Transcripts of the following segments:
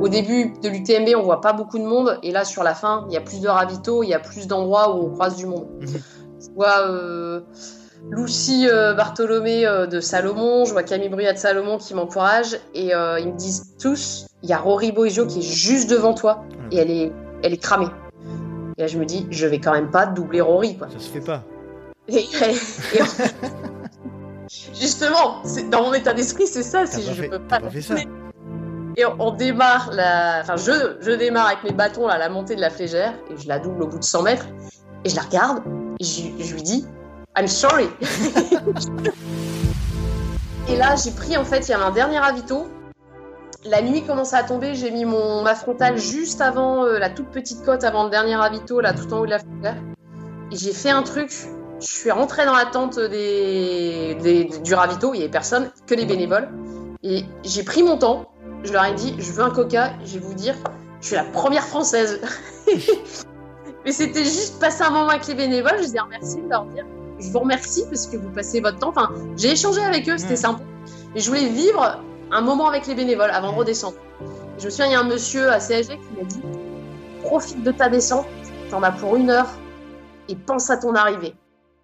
au début de l'UTMB, on voit pas beaucoup de monde. Et là, sur la fin, il y a plus de ravitaux, il y a plus d'endroits où on croise du monde. Je vois Lucie Bartholomé de Salomon, je vois Camille Bruyat de Salomon qui m'encourage. Et ils me disent tous, il y a Rory Boisio qui est juste devant toi. Et elle est cramée. Et là, je me dis, je vais quand même pas doubler Rory, quoi. Ça se fait pas. Et justement, dans mon état d'esprit, c'est ça. Je peux pas fait ça. Et on démarre je démarre avec mes bâtons là, la montée de la Flégère et je la double au bout de 100 mètres et je la regarde et je lui dis I'm sorry. Et là, j'ai pris, en fait, il y avait un dernier ravito. La nuit commençait à tomber, j'ai mis ma frontale juste avant la toute petite côte, avant le dernier ravito, là, tout en haut de la Flégère. Et j'ai fait un truc. Je suis rentrée dans la tente du ravito, il n'y avait personne, que les bénévoles. Et j'ai pris mon temps, je leur ai dit, je veux un coca, je vais vous dire, je suis la première française. Mais c'était juste passer un moment avec les bénévoles, je les ai remerciés de leur dire, je vous remercie parce que vous passez votre temps. Enfin, j'ai échangé avec eux, c'était sympa. Et je voulais vivre un moment avec les bénévoles avant de redescendre. Et je me souviens, il y a un monsieur assez âgé qui m'a dit, profite de ta descente, t'en as pour 1 heure et pense à ton arrivée.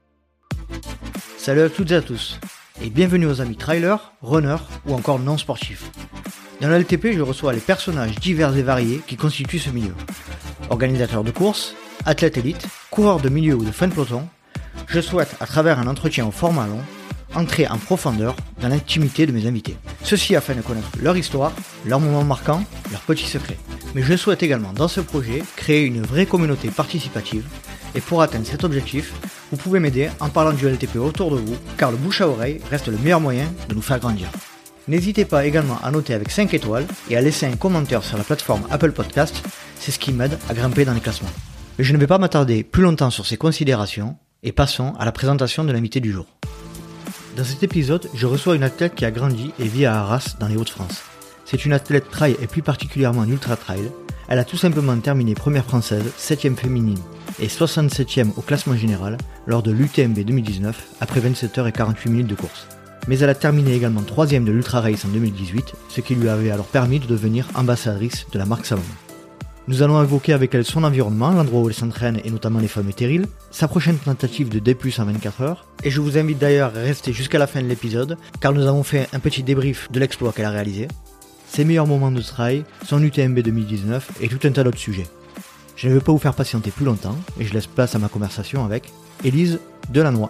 Salut à toutes et à tous, et bienvenue aux amis trailers, runners ou encore non sportifs. Dans le LTP, je reçois les personnages divers et variés qui constituent ce milieu. Organisateurs de courses, athlètes élites, coureurs de milieu ou de fin de peloton, je souhaite, à travers un entretien au format long, entrer en profondeur dans l'intimité de mes invités. Ceci afin de connaître leur histoire, leurs moments marquants, leurs petits secrets. Mais je souhaite également, dans ce projet, créer une vraie communauté participative. Et pour atteindre cet objectif, vous pouvez m'aider en parlant du LTP autour de vous, car le bouche à oreille reste le meilleur moyen de nous faire grandir. N'hésitez pas également à noter avec 5 étoiles et à laisser un commentaire sur la plateforme Apple Podcast, c'est ce qui m'aide à grimper dans les classements. Mais je ne vais pas m'attarder plus longtemps sur ces considérations, et passons à la présentation de l'invité du jour. Dans cet épisode, je reçois une athlète qui a grandi et vit à Arras, dans les Hauts-de-France. C'est une athlète trail et plus particulièrement en ultra-trail. Elle a tout simplement terminé première française, 7ème féminine et 67ème au classement général lors de l'UTMB 2019 après 27h48 de course. Mais elle a terminé également 3ème de l'Ultra Race en 2018, ce qui lui avait alors permis de devenir ambassadrice de la marque Salomon. Nous allons évoquer avec elle son environnement, l'endroit où elle s'entraîne et notamment les fameux terrils, sa prochaine tentative de D+, en 24 heures, et je vous invite d'ailleurs à rester jusqu'à la fin de l'épisode, car nous avons fait un petit débrief de l'exploit qu'elle a réalisé, ses meilleurs moments de trail, son UTMB 2019 et tout un tas d'autres sujets. Je ne vais pas vous faire patienter plus longtemps, et je laisse place à ma conversation avec Élise Delannoy.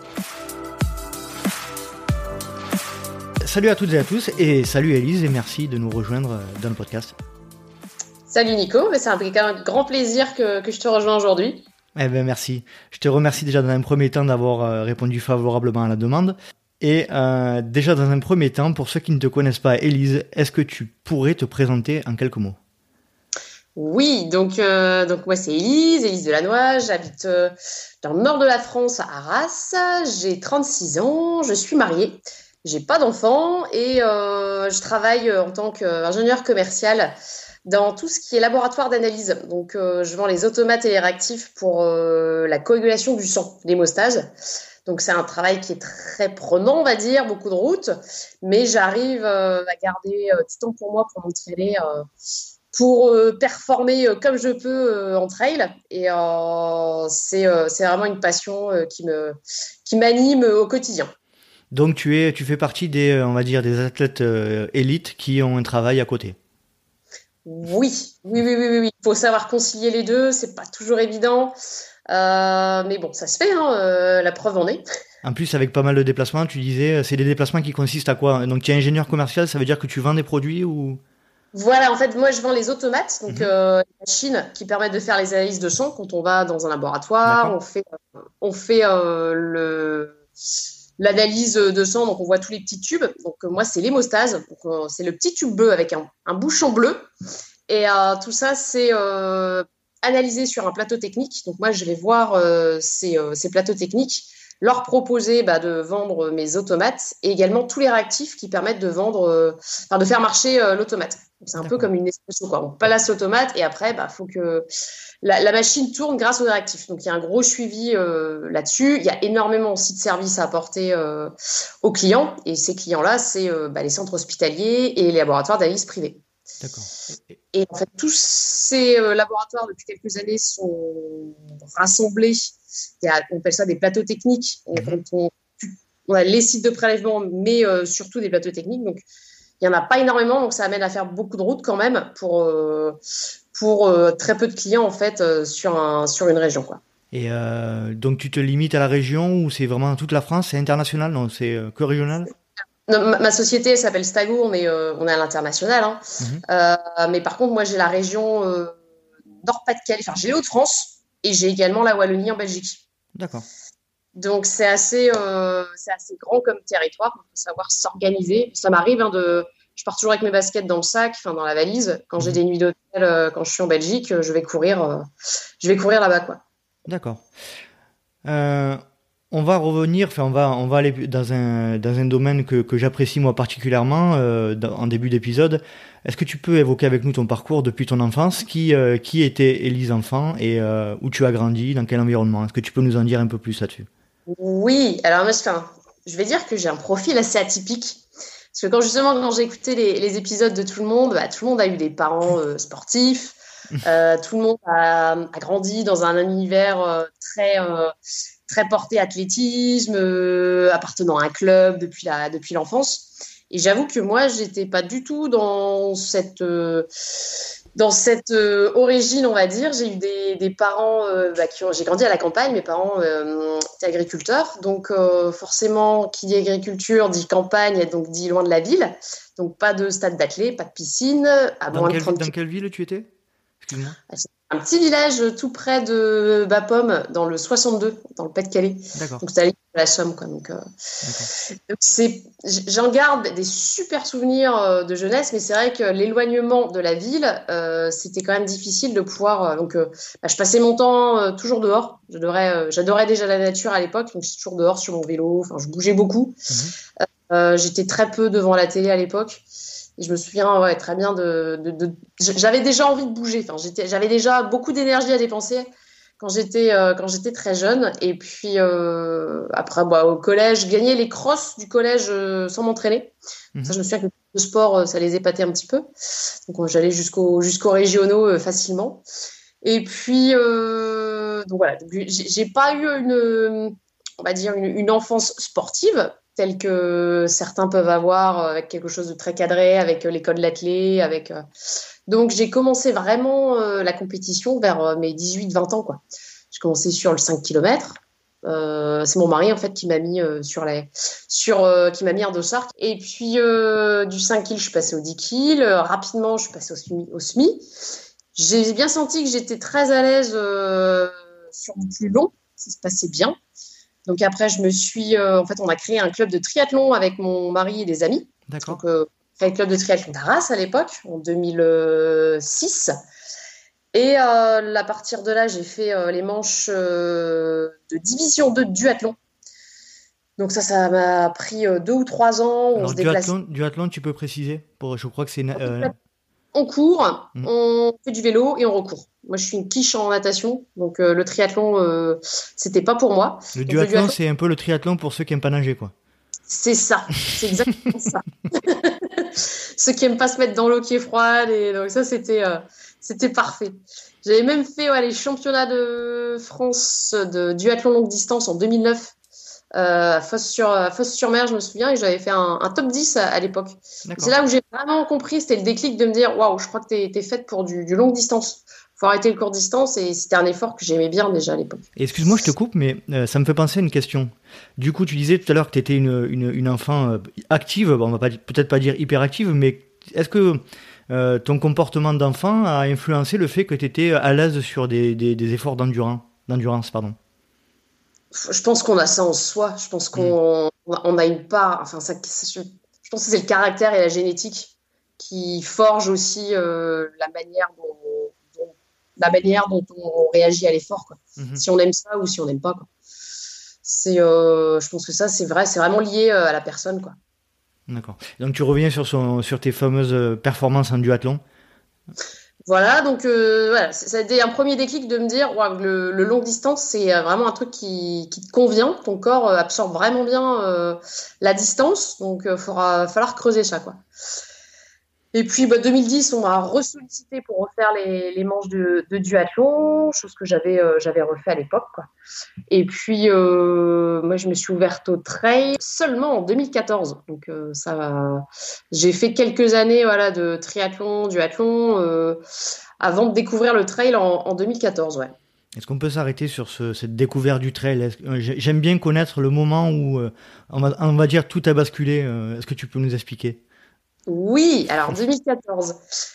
Salut à toutes et à tous, et salut Élise, et merci de nous rejoindre dans le podcast. Salut Nico, c'est un grand plaisir que je te rejoins aujourd'hui. Eh ben merci. Je te remercie déjà dans un premier temps d'avoir répondu favorablement à la demande. Et déjà dans un premier temps, pour ceux qui ne te connaissent pas, Élise, est-ce que tu pourrais te présenter en quelques mots ? Oui, donc moi c'est Élise Delannoy, j'habite dans le nord de la France à Arras, j'ai 36 ans, je suis mariée, j'ai pas d'enfant et je travaille en tant qu'ingénieur commercial dans tout ce qui est laboratoire d'analyse. Donc, je vends les automates et les réactifs pour la coagulation du sang, l'hémostase. Donc, c'est un travail qui est très prenant, on va dire, beaucoup de routes. Mais j'arrive à garder du temps pour moi pour m'entraîner, pour performer comme je peux en trail. Et c'est vraiment une passion qui m'anime au quotidien. Donc, tu fais partie des, on va dire, des athlètes élites qui ont un travail à côté. Oui. Il faut savoir concilier les deux, c'est pas toujours évident. Mais bon, ça se fait, la preuve en est. En plus, avec pas mal de déplacements, tu disais, c'est des déplacements qui consistent à quoi ? Donc, tu es ingénieur commercial, ça veut dire que tu vends des produits ou... Voilà, en fait, moi, je vends les automates, donc les machines qui permettent de faire les analyses de sang quand on va dans un laboratoire. D'accord. On fait l'analyse de sang, donc on voit tous les petits tubes. Donc moi, c'est l'hémostase, donc c'est le petit tube bleu avec un bouchon bleu. Et tout ça, c'est analysé sur un plateau technique. Donc moi, je vais voir ces plateaux techniques, leur proposer de vendre mes automates et également tous les réactifs qui permettent de de faire marcher l'automate. Donc, c'est un peu comme une espresso, quoi. On place l'automate et après, faut que la machine tourne grâce aux réactifs. Donc, il y a un gros suivi là-dessus. Il y a énormément aussi de services à apporter aux clients. Et ces clients-là, c'est les centres hospitaliers et les laboratoires d'analyse privés. D'accord. Et en fait, tous ces laboratoires, depuis quelques années, sont rassemblés. On appelle ça des plateaux techniques. On a les sites de prélèvement, mais surtout des plateaux techniques. Donc, il n'y en a pas énormément. Donc, ça amène à faire beaucoup de routes quand même pour très peu de clients, en fait, sur une région, quoi. Et donc tu te limites à la région ou c'est vraiment toute la France, c'est international, non, c'est que régional? Non, ma société s'appelle Stago, on est à l'international, hein. Mhm. Mais par contre, moi, j'ai la région Nord-Pas-de-Calais, enfin, j'ai les Hauts-de-France et j'ai également la Wallonie en Belgique. D'accord. Donc, c'est assez grand comme territoire, il faut savoir s'organiser. Ça m'arrive je pars toujours avec mes baskets dans le sac, enfin, dans la valise. Quand j'ai des nuits d'hôtel, quand je suis en Belgique, je vais courir là-bas, quoi. D'accord. On va revenir, enfin on va aller dans un domaine que j'apprécie moi particulièrement en début d'épisode. Est-ce que tu peux évoquer avec nous ton parcours depuis ton enfance? Qui était Élise enfant et où tu as grandi, dans quel environnement? Est-ce que tu peux nous en dire un peu plus là-dessus? Oui, alors moi, je vais dire que j'ai un profil assez atypique. Parce que quand j'ai écouté les épisodes de tout le monde, bah, tout le monde a eu des parents sportifs. Tout le monde a grandi dans un univers très porté athlétisme, appartenant à un club depuis l'enfance. Et j'avoue que moi, j'étais pas du tout dans cette origine, on va dire. J'ai eu des parents j'ai grandi à la campagne. Mes parents étaient agriculteurs, donc forcément, qui dit agriculture dit campagne, et donc dit loin de la ville. Donc pas de stade d'athlé, pas de piscine, à moins de 30 Dans quelle ville tu étais? Excuse-moi. c'est un petit village tout près de Bapaume, dans le 62, dans le Pas-de-Calais. D'accord. Donc, c'est à l'île de la Somme, quoi. Donc, j'en garde des super souvenirs de jeunesse, mais c'est vrai que l'éloignement de la ville, c'était quand même difficile de pouvoir. Je passais mon temps toujours dehors. J'adorais déjà la nature à l'époque, donc j'étais toujours dehors sur mon vélo. Enfin, je bougeais beaucoup. J'étais très peu devant la télé à l'époque. Et je me souviens très bien j'avais déjà envie de bouger. Enfin, j'avais déjà beaucoup d'énergie à dépenser quand j'étais très jeune. Et puis après, au collège, je gagnais les crosses du collège sans m'entraîner. Ça, je me souviens que le sport, ça les épatait un petit peu. Donc j'allais jusqu'aux régionaux facilement. Et puis donc voilà. Donc, j'ai pas eu on va dire une enfance sportive tels que certains peuvent avoir, avec quelque chose de très cadré, avec l'école de l'athlé, Donc, j'ai commencé vraiment la compétition vers mes 18-20 ans, quoi. J'ai commencé sur le 5 km. C'est mon mari, en fait, qui m'a mis qui m'a mis un dossard. Et puis, du 5 kg, je suis passée au 10 kg. Rapidement, je suis passée au semi. J'ai bien senti que j'étais très à l'aise sur du plus long. Ça se passait bien. Donc après, en fait, on a créé un club de triathlon avec mon mari et des amis. D'accord. Donc, le club de triathlon d'Arras à l'époque, en 2006. Et à partir de là, j'ai fait les manches de division 2 de duathlon. Donc ça m'a pris 2 ou 3 ans. Alors, duathlon, tu peux préciser je crois que c'est on court, on fait du vélo et on recourt. Moi, je suis une quiche en natation, donc le triathlon, c'était pas pour moi. Le duathlon, c'est un peu le triathlon pour ceux qui aiment pas nager, quoi. C'est ça, c'est exactement ça. Ceux qui aiment pas se mettre dans l'eau qui est froide, et donc ça, c'était parfait. J'avais même fait les championnats de France de duathlon longue distance en 2009. À Fos-sur-Mer, je me souviens, et j'avais fait un top 10 à l'époque. C'est là où j'ai vraiment compris, c'était le déclic de me dire waouh, je crois que t'es faite pour du longue distance. Faut arrêter le court distance, et c'était un effort que j'aimais bien déjà à l'époque. Et excuse-moi, je te coupe, mais ça me fait penser à une question. Du coup, tu disais tout à l'heure que tu étais une enfant active, bon, on va peut-être pas dire hyperactive, mais est-ce que ton comportement d'enfant a influencé le fait que tu étais à l'aise sur des efforts d'endurance, pardon? Je pense qu'on a ça en soi. Je pense qu'on a une part. Enfin, je pense que c'est le caractère et la génétique qui forgent aussi la manière dont on réagit à l'effort, quoi. Si on aime ça ou si on n'aime pas, quoi. Je pense que ça, c'est vrai, c'est vraiment lié à la personne, quoi. D'accord. Donc tu reviens sur tes fameuses performances en duathlon. Voilà, donc voilà, ça a été un premier déclic de me dire wow, le longue distance, c'est vraiment un truc qui te convient. Ton corps absorbe vraiment bien la distance, donc il falloir creuser ça, quoi. Et puis 2010, on m'a ressollicité pour refaire les manches de duathlon, chose que j'avais refait à l'époque, quoi. Et puis moi, je me suis ouverte au trail seulement en 2014. Donc j'ai fait quelques années voilà, de triathlon, duathlon, avant de découvrir le trail en 2014, ouais. Est-ce qu'on peut s'arrêter sur cette découverte du trail? J'aime bien connaître le moment où, on va dire, tout a basculé. Est-ce que tu peux nous expliquer? Oui, alors 2014.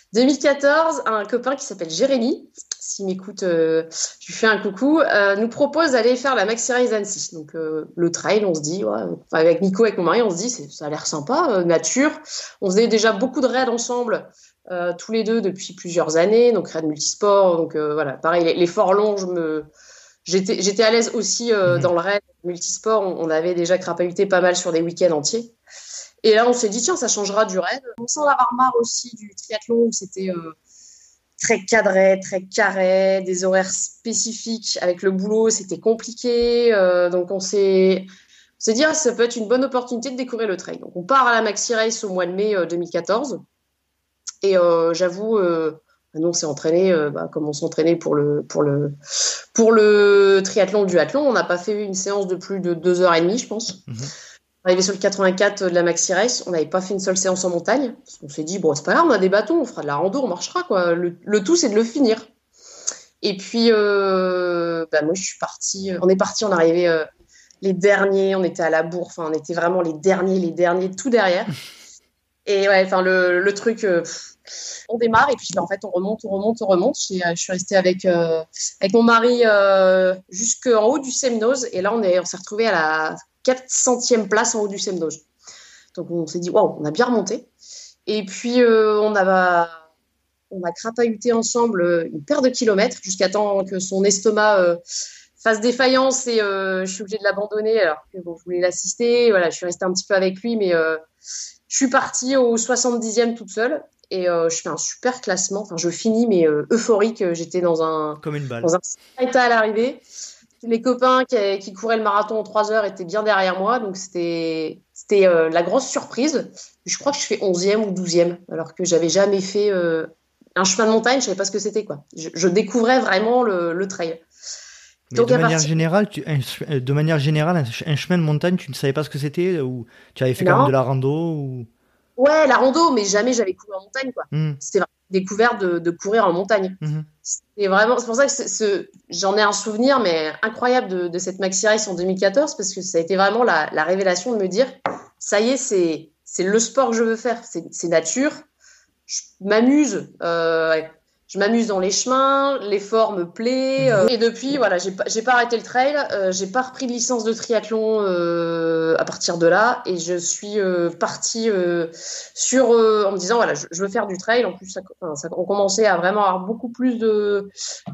2014, un copain qui s'appelle Jérémy, s'il m'écoute, je lui fais un coucou, nous propose d'aller faire la Maxi Race d'Annecy. Donc le trail, on se dit, ouais, avec Nico, avec mon mari, on se dit, ça a l'air sympa, nature. On faisait déjà beaucoup de raids ensemble, tous les deux depuis plusieurs années, donc raids multisport. Donc voilà, pareil, les forts longs, j'étais à l'aise aussi dans le raid multisport. On avait déjà crapahuté pas mal sur des week-ends entiers. Et là, on s'est dit, tiens, ça changera du raid. On s'en avoir marre aussi du triathlon où c'était très cadré, très carré, des horaires spécifiques. Avec le boulot, c'était compliqué. Donc, on s'est dit, ah, ça peut être une bonne opportunité de découvrir le trail. Donc, on part à la Maxi Race au mois de mai 2014. Et j'avoue, nous, on s'est entraîné comme on s'entraînait pour le triathlon, le duathlon. On n'a pas fait une séance de plus de 2h30, je pense. Arrivé sur le 84 de la Maxi Race, on n'avait pas fait une seule séance en montagne. On s'est dit, bon, c'est pas grave, on a des bâtons, on fera de la rando, on marchera, quoi. Le tout, c'est de le finir. Et puis, moi, je suis partie. On est parti, on est arrivé les derniers, on était à la bourre, enfin, on était vraiment les derniers, tout derrière. Et ouais, enfin, le truc, on démarre et puis en fait, on remonte. Je suis restée avec mon mari jusqu'en haut du Semnoz. Et là, on s'est retrouvés à la 400e place en haut du Semnoz. Donc, on s'est dit, waouh, on a bien remonté. Et puis, on a crapahuté ensemble une paire de kilomètres jusqu'à temps que son estomac fasse défaillance et je suis obligée de l'abandonner alors que bon, je voulais l'assister. Voilà, je suis restée un petit peu avec lui, mais je suis partie au 70e toute seule et je fais un super classement. Enfin, je finis, mais euphorique. J'étais Comme une balle. Dans un état à l'arrivée. Les copains qui couraient le marathon en 3 heures étaient bien derrière moi, donc c'était la grosse surprise. Je crois que je fais 11e ou 12e, alors que j'avais jamais fait un chemin de montagne, je savais pas ce que c'était, quoi. Je découvrais vraiment le trail. Mais Donc, de manière générale, un chemin de montagne, tu ne savais pas ce que c'était, ou tu avais fait quand même de la rando ou... Ouais, la rando, mais jamais j'avais couru en montagne, quoi. C'était vraiment une découverte de courir en montagne. C'est pour ça que j'en ai un souvenir, mais incroyable de cette Maxi Race en 2014, parce que ça a été vraiment la révélation de me dire, ça y est, c'est le sport que je veux faire, c'est nature, je m'amuse, je m'amuse dans les chemins, l'effort me plaît. Et depuis, voilà, j'ai pas arrêté le trail, j'ai pas repris de licence de triathlon à partir de là, et je suis partie en me disant, voilà, je veux faire du trail. En plus, on commençait à vraiment avoir beaucoup plus de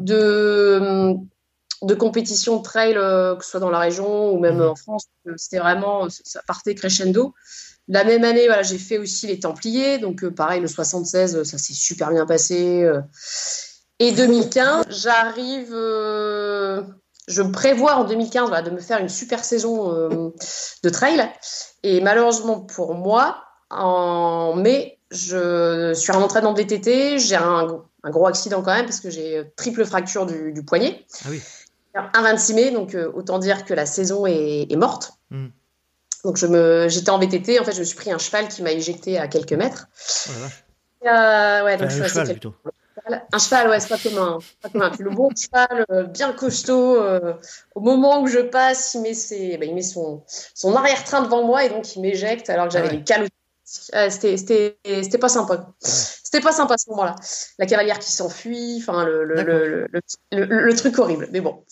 compétitions de trail, que ce soit dans la région ou même en France. C'était vraiment, ça partait crescendo. La même année, voilà, j'ai fait aussi les Templiers, donc pareil, le 76, ça s'est super bien passé. Et 2015, j'arrive, je prévois en 2015 voilà, de me faire une super saison de trail. Et malheureusement pour moi, en mai, je suis en entraînement de VTT, j'ai un gros accident quand même parce que j'ai triple fracture du poignet. Ah oui. Un 26 mai, donc autant dire que la saison est morte. Donc j'étais en VTT, en fait je me suis pris un cheval qui m'a éjecté à quelques mètres. Oh la vache. Ouais, donc je suis un cheval plutôt. Un cheval, ouais, c'est pas commun. Puis le bon cheval, bien costaud, au moment où je passe, il met son arrière-train devant moi et donc il m'éjecte alors que j'avais les calottes. C'était pas sympa. C'était pas sympa à ce moment-là. La cavalière qui s'enfuit, enfin le truc horrible. Mais bon,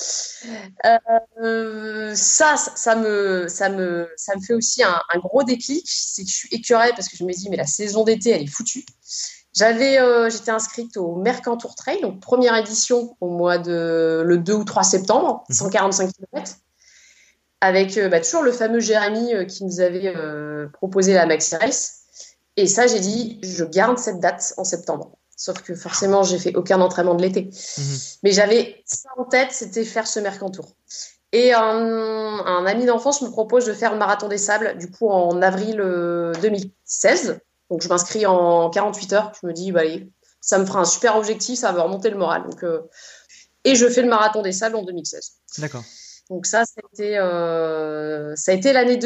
ça me fait aussi un gros déclic. C'est que je suis écœurée parce que je me dis mais la saison d'été elle est foutue. J'étais inscrite au Mercantour Trail, donc première édition au mois le 2 ou 3 septembre, 145 km. Avec toujours le fameux Jérémy qui nous avait proposé la Maxi Race. Et ça, j'ai dit, je garde cette date en septembre. Sauf que forcément, j'ai fait aucun entraînement de l'été. Mais j'avais ça en tête, c'était faire ce Mercantour. Et un ami d'enfance me propose de faire le Marathon des Sables, du coup, en avril 2016. Donc, je m'inscris en 48 heures. Je me dis, bah, allez, ça me fera un super objectif, ça va me remonter le moral. Donc, et je fais le marathon des sables en 2016. D'accord. Donc, ça a été l'année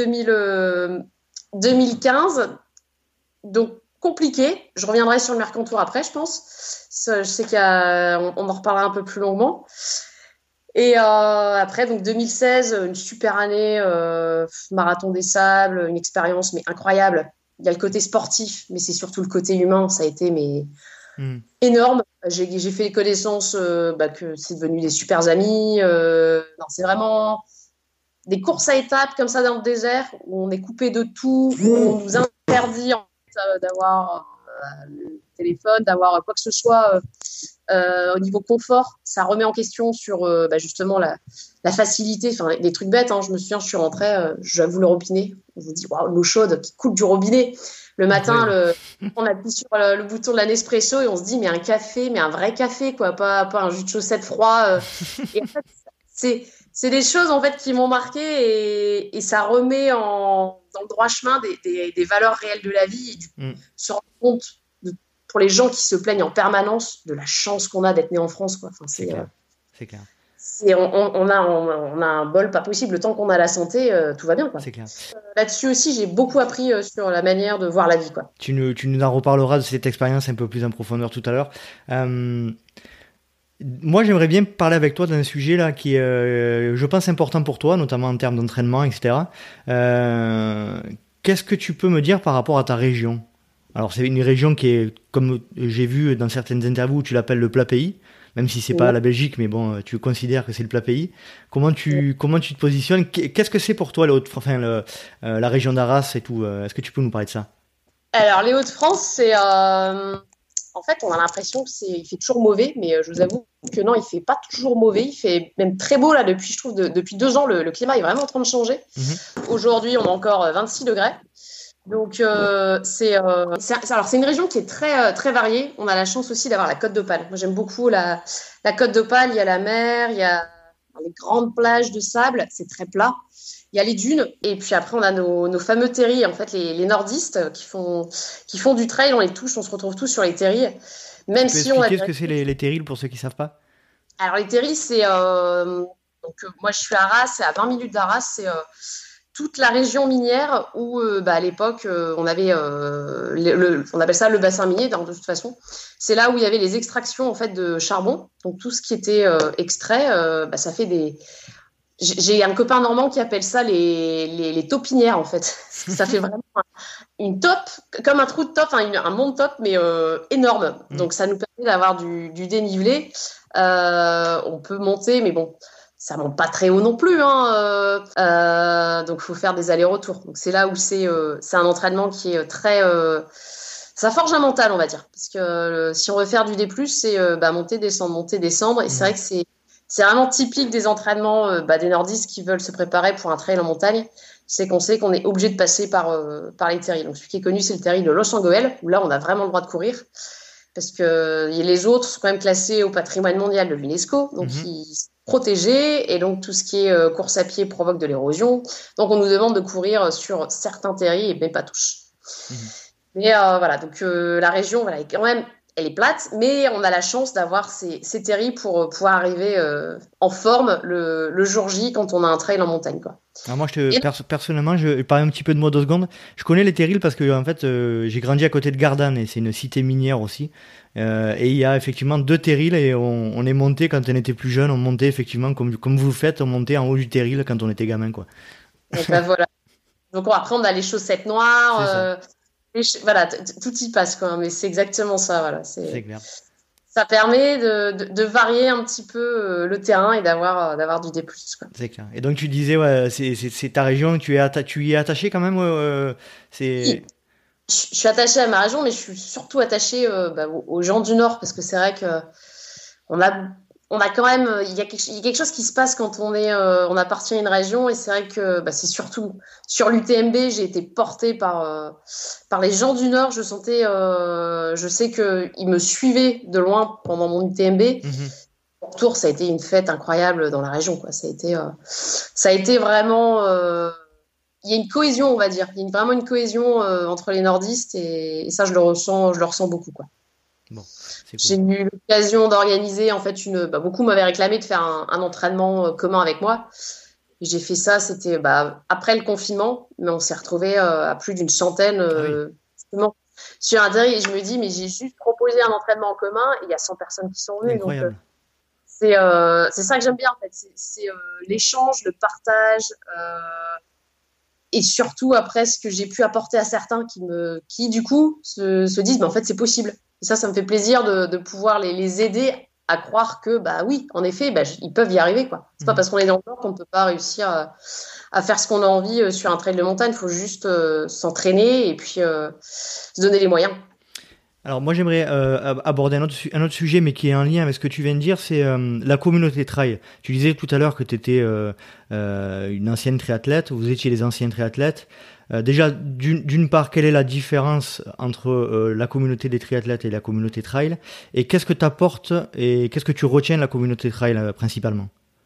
2015. Donc, compliqué. Je reviendrai sur le Mercantour après, je pense. Je sais on en reparlera un peu plus longuement. Et après, donc 2016, une super année, marathon des sables, une expérience mais incroyable. Il y a le côté sportif, mais c'est surtout le côté humain. Ça a été énorme. J'ai fait les connaissances que c'est devenu des super amis. Non, c'est vraiment des courses à étapes comme ça dans le désert où on est coupé de tout, où on nous interdit en fait, d'avoir le téléphone, d'avoir quoi que ce soit. Au niveau confort, ça remet en question sur justement la facilité, enfin des trucs bêtes. Hein. Je me souviens, je suis rentrée, j'avoue le robinet. On se dit waouh, l'eau chaude qui coule du robinet. Le matin, on appuie sur le bouton de la Nespresso et on se dit mais un café, mais un vrai café quoi, pas un jus de chaussette froid. Et en fait, c'est des choses en fait qui m'ont marqué et ça remet dans le droit chemin des valeurs réelles de la vie. Et se rendre compte pour les gens qui se plaignent en permanence de la chance qu'on a d'être né en France, quoi. Enfin, c'est clair. C'est clair. On a un bol pas possible. Le temps qu'on a la santé, tout va bien, quoi. C'est clair. Là-dessus aussi, j'ai beaucoup appris sur la manière de voir la vie, quoi. Tu nous en reparleras de cette expérience un peu plus en profondeur tout à l'heure. Moi, j'aimerais bien parler avec toi d'un sujet là qui est, je pense, important pour toi, notamment en termes d'entraînement, etc. Qu'est-ce que tu peux me dire par rapport à ta région ? Alors, c'est une région qui est, comme j'ai vu dans certaines interviews, tu l'appelles le plat pays, même si c'est pas la Belgique, mais bon, tu considères que c'est le plat pays. Comment tu te positionnes ? Qu'est-ce que c'est pour toi la région d'Arras et tout ? Est-ce que tu peux nous parler de ça ? Alors, les Hauts-de-France, c'est en fait, on a l'impression il fait toujours mauvais, mais je vous avoue que non, il fait pas toujours mauvais. Il fait même très beau là depuis, je trouve, depuis 2 ans, le climat est vraiment en train de changer. Aujourd'hui, on a encore 26 degrés. Donc, c'est une région qui est très, très variée. On a la chance aussi d'avoir la Côte d'Opale. Moi, j'aime beaucoup la Côte d'Opale. Il y a la mer, il y a les grandes plages de sable. C'est très plat. Il y a les dunes. Et puis après, on a nos fameux terris, en fait, les nordistes qui font du trail. On les touche, on se retrouve tous sur les terris. Même tu peux si expliquer ce que c'est les terrils pour ceux qui ne savent pas ? Alors, les terris, c'est... moi, je suis à Arras, c'est à 20 minutes d'Arras. C'est... toute la région minière où, à l'époque, on avait, on appelle ça le bassin minier, de toute façon. C'est là où il y avait les extractions en fait de charbon. Donc tout ce qui était extrait, ça fait des. J'ai un copain normand qui appelle ça les taupinières en fait. Ça fait vraiment une taupe, comme un trou de taupe, un mont de taupe, mais énorme. Donc ça nous permet d'avoir du dénivelé. On peut monter, mais bon. Ça monte pas très haut non plus, donc il faut faire des allers-retours. Donc c'est là où c'est un entraînement qui est très, ça forge un mental, on va dire, parce que si on veut faire du D+, c'est monter, descendre, et c'est vrai que c'est vraiment typique des entraînements des nordistes qui veulent se préparer pour un trail en montagne. C'est qu'on sait qu'on est obligé de passer par les terrils. Donc celui qui est connu, c'est le terril de Los Angeles, où là on a vraiment le droit de courir. Parce que les autres sont quand même classés au patrimoine mondial de l'UNESCO, donc ils sont protégés, et donc tout ce qui est course à pied provoque de l'érosion. Donc on nous demande de courir sur certains terris, mais pas tous. Mais voilà, donc la région, voilà, quand même, elle est plate, mais on a la chance d'avoir ces terris pour pouvoir arriver en forme le jour J quand on a un trail en montagne, quoi. Alors moi, personnellement, je vais parler un petit peu de moi 2 secondes. Je connais les terrils parce que en fait, j'ai grandi à côté de Gardanne et c'est une cité minière aussi. Et il y a effectivement 2 terrils et on est monté quand on était plus jeune. On montait effectivement comme vous le faites, on montait en haut du terril quand on était gamin, quoi. Donc voilà. Donc après, on a les chaussettes noires. Voilà, tout y passe, quoi. Mais c'est exactement ça, voilà. C'est clair. Ça permet de varier un petit peu le terrain et d'avoir du D+, quoi. C'est clair. Et donc tu disais, ouais, c'est ta région, tu y es attaché quand même, Je suis attachée à ma région, mais je suis surtout attachée aux gens du Nord, parce que c'est vrai que on a quand même, il y a quelque chose qui se passe quand on appartient à une région, et c'est vrai que c'est surtout sur l'UTMB, j'ai été portée par les gens du Nord. Je sais que ils me suivaient de loin pendant mon UTMB. Pour Tours, ça a été une fête incroyable dans la région, quoi. Ça a été vraiment il y a une cohésion, on va dire. Il y a vraiment une cohésion entre les nordistes et ça, je le ressens beaucoup, quoi. Bon, c'est cool. J'ai eu l'occasion d'organiser, en fait, beaucoup m'avaient réclamé de faire un entraînement commun avec moi. Et j'ai fait ça, c'était après le confinement, mais on s'est retrouvés à plus d'une centaine justement, sur Internet. Et je me dis, mais j'ai juste proposé un entraînement en commun et il y a 100 personnes qui sont venues. Incroyable. Donc, c'est ça que j'aime bien, en fait. C'est l'échange, le partage. Et surtout, après, ce que j'ai pu apporter à certains qui du coup, se disent, en fait, c'est possible. Et ça me fait plaisir de pouvoir les aider à croire que, oui, en effet, ils peuvent y arriver, quoi. C'est pas parce qu'on est dans le Nord qu'on ne peut pas réussir à faire ce qu'on a envie sur un trail de montagne. Il faut juste s'entraîner et puis se donner les moyens. Alors moi j'aimerais aborder un autre sujet, mais qui est en lien avec ce que tu viens de dire, c'est la communauté trail. Tu disais tout à l'heure que tu étais une ancienne triathlète, vous étiez des anciens triathlètes. Déjà, d'une part, quelle est la différence entre la communauté des triathlètes et la communauté trail? Et qu'est-ce que tu apportes et qu'est-ce que tu retiens de la communauté trail principalement?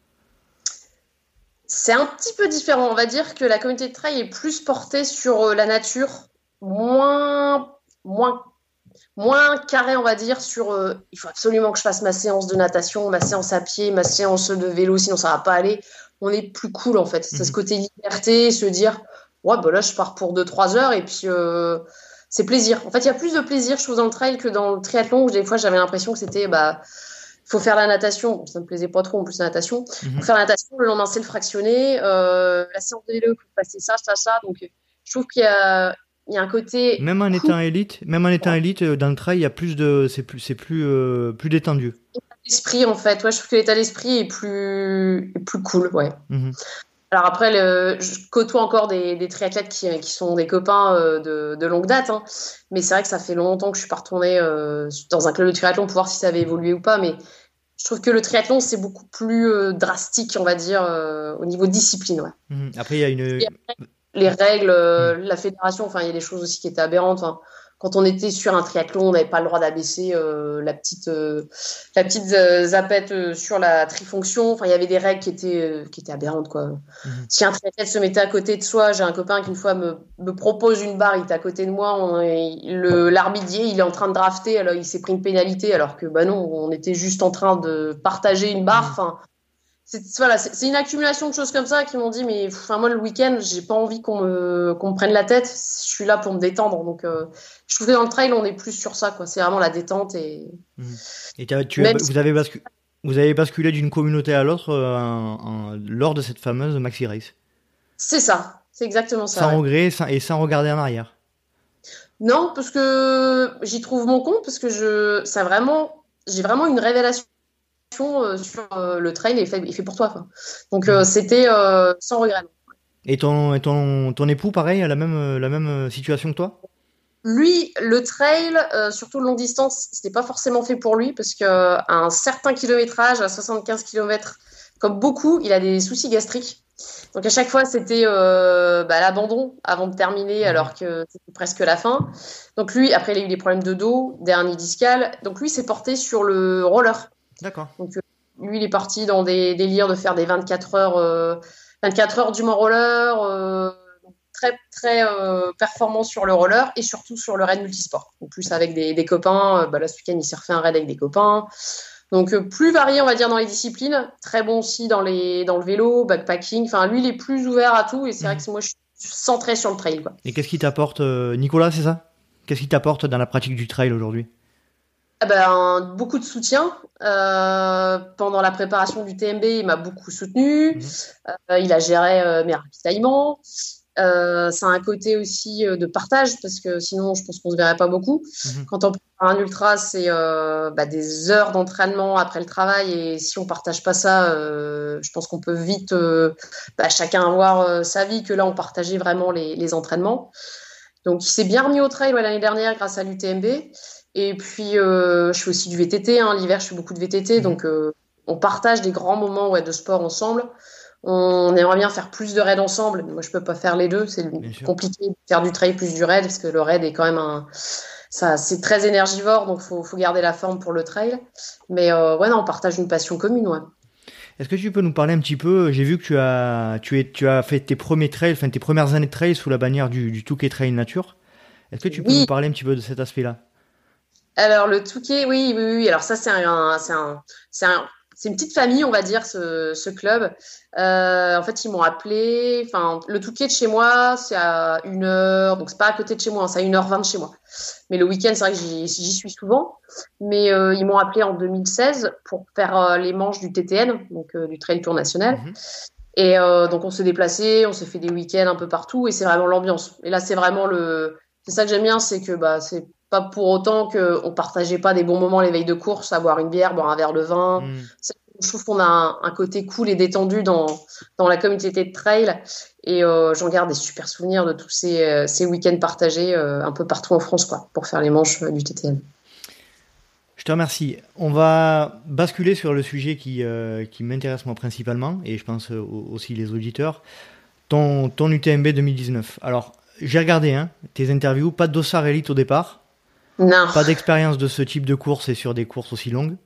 C'est un petit peu différent. On va dire que la communauté de trail est plus portée sur la nature, moins carré, on va dire, sur il faut absolument que je fasse ma séance de natation, ma séance à pied, ma séance de vélo, sinon ça va pas aller. On est plus cool, en fait. C'est ce côté liberté, se dire, ouais, là, je pars pour 2-3 heures et puis c'est plaisir. En fait, il y a plus de plaisir, je trouve, dans le trail que dans le triathlon, où des fois, j'avais l'impression que c'était, faut faire la natation. Ça me plaisait pas trop, en plus, la natation. Faut faire la natation, le lendemain, c'est le fractionné. La séance de vélo, faut passer ça. Donc, je trouve qu'il y a un côté. Même en étant élite, dans le trail, il y a c'est plus détendu. L'esprit, en fait, ouais, je trouve que l'état d'esprit est plus cool, ouais. Alors après, je côtoie encore des triathlètes qui sont des copains de longue date, hein. Mais c'est vrai que ça fait longtemps que je suis pas retournée dans un club de triathlon pour voir si ça avait évolué ou pas. Mais je trouve que le triathlon, c'est beaucoup plus drastique, on va dire, au niveau discipline, ouais. Après, il y a une... Les règles, la fédération, enfin, il y a des choses aussi qui étaient aberrantes. Hein. Quand on était sur un triathlon, on n'avait pas le droit d'abaisser la petite zapette sur la trifonction. Enfin, il y avait des règles qui étaient aberrantes, quoi. Si un triathlète se mettait à côté de soi, j'ai un copain qui une fois me propose une barre, il était à côté de moi, l'arbitre dit, il est en train de drafter, alors il s'est pris une pénalité, alors que non, on était juste en train de partager une barre. Enfin, c'est une accumulation de choses comme ça qui m'ont dit, mais moi le week-end j'ai pas envie qu'on me prenne la tête, je suis là pour me détendre, donc je trouve que dans le trail on est plus sur ça, quoi. C'est vraiment la détente et vous avez basculé d'une communauté à l'autre lors de cette fameuse maxi race. C'est ça, c'est exactement ça. Sans regret et sans regarder en arrière. Non, parce que j'y trouve mon compte, parce que j'ai vraiment une révélation sur le trail est fait pour toi, quoi. Donc c'était sans regret. Et ton époux, pareil, a la même situation que toi? Lui, le trail, surtout longue distance, c'était pas forcément fait pour lui, parce qu'à un certain kilométrage, à 75 km, comme beaucoup, il a des soucis gastriques. Donc à chaque fois, c'était l'abandon avant de terminer, alors que c'était presque la fin. Donc lui, après, il a eu des problèmes de dos, dernier discal. Donc lui, s'est porté sur le roller. D'accord. Donc lui, il est parti dans des délires de faire des 24 heures du Mont Roller, très très performant sur le roller et surtout sur le raid multisport. En plus avec des copains, là ce week-end il s'est refait un raid avec des copains. Donc plus varié, on va dire, dans les disciplines, très bon aussi dans le vélo, backpacking. Enfin lui, il est plus ouvert à tout et c'est vrai que moi je suis centrée sur le trail, quoi. Et qu'est-ce qui t'apporte, Nicolas, c'est ça? Qu'est-ce qui t'apporte dans la pratique du trail aujourd'hui? Beaucoup de soutien. Pendant la préparation du TMB, il m'a beaucoup soutenu. Il a géré mes ravitaillements. Ça a un côté aussi de partage, parce que sinon, je pense qu'on se verrait pas beaucoup. Quand on prépare un ultra, c'est des heures d'entraînement après le travail, et si on partage pas ça, je pense qu'on peut vite chacun avoir sa vie, que là, on partageait vraiment les entraînements. Donc, il s'est bien remis au trail l'année dernière grâce à l'UTMB. Et puis, je fais aussi du VTT. L'hiver, je fais beaucoup de VTT. Donc, on partage des grands moments de sport ensemble. On aimerait bien faire plus de raids ensemble. Moi, je peux pas faire les deux. C'est compliqué de faire du trail plus du raid, parce que le raid est quand même c'est très énergivore. Donc, faut garder la forme pour le trail. Mais on partage une passion commune, ouais. Est-ce que tu peux nous parler un petit peu, j'ai vu que tu as fait tes premiers trails, enfin tes premières années de trail sous la bannière du Touquet Trail Nature. Est-ce que tu peux nous parler un petit peu de cet aspect-là? Alors le Touquet, oui. Alors ça, c'est une petite famille, on va dire, ce club. En fait, ils m'ont appelé. Enfin, le Touquet de chez moi, c'est à 1 heure, donc c'est pas à côté de chez moi, hein, c'est à 1h20 de chez moi. Mais le week-end, c'est vrai que j'y suis souvent. Mais ils m'ont appelé en 2016 pour faire les manches du TTN, donc du Trail Tour National. Et donc on s'est déplacé, on s'est fait des week-ends un peu partout, et c'est vraiment l'ambiance. Et là, c'est ça que j'aime bien, c'est que c'est pas pour autant qu'on partageait pas des bons moments les veilles de course, à boire une bière, boire un verre de vin. Je trouve qu'on a un côté cool et détendu dans la communauté de trail. Et j'en garde des super souvenirs de tous ces week-ends partagés un peu partout en France, quoi, pour faire les manches du TTN. Je te remercie. On va basculer sur le sujet qui m'intéresse moi principalement, et je pense aussi les auditeurs. Ton UTMB 2019. Alors, j'ai regardé tes interviews, pas de dossard élite au départ. Non. Pas d'expérience de ce type de course et sur des courses aussi longues.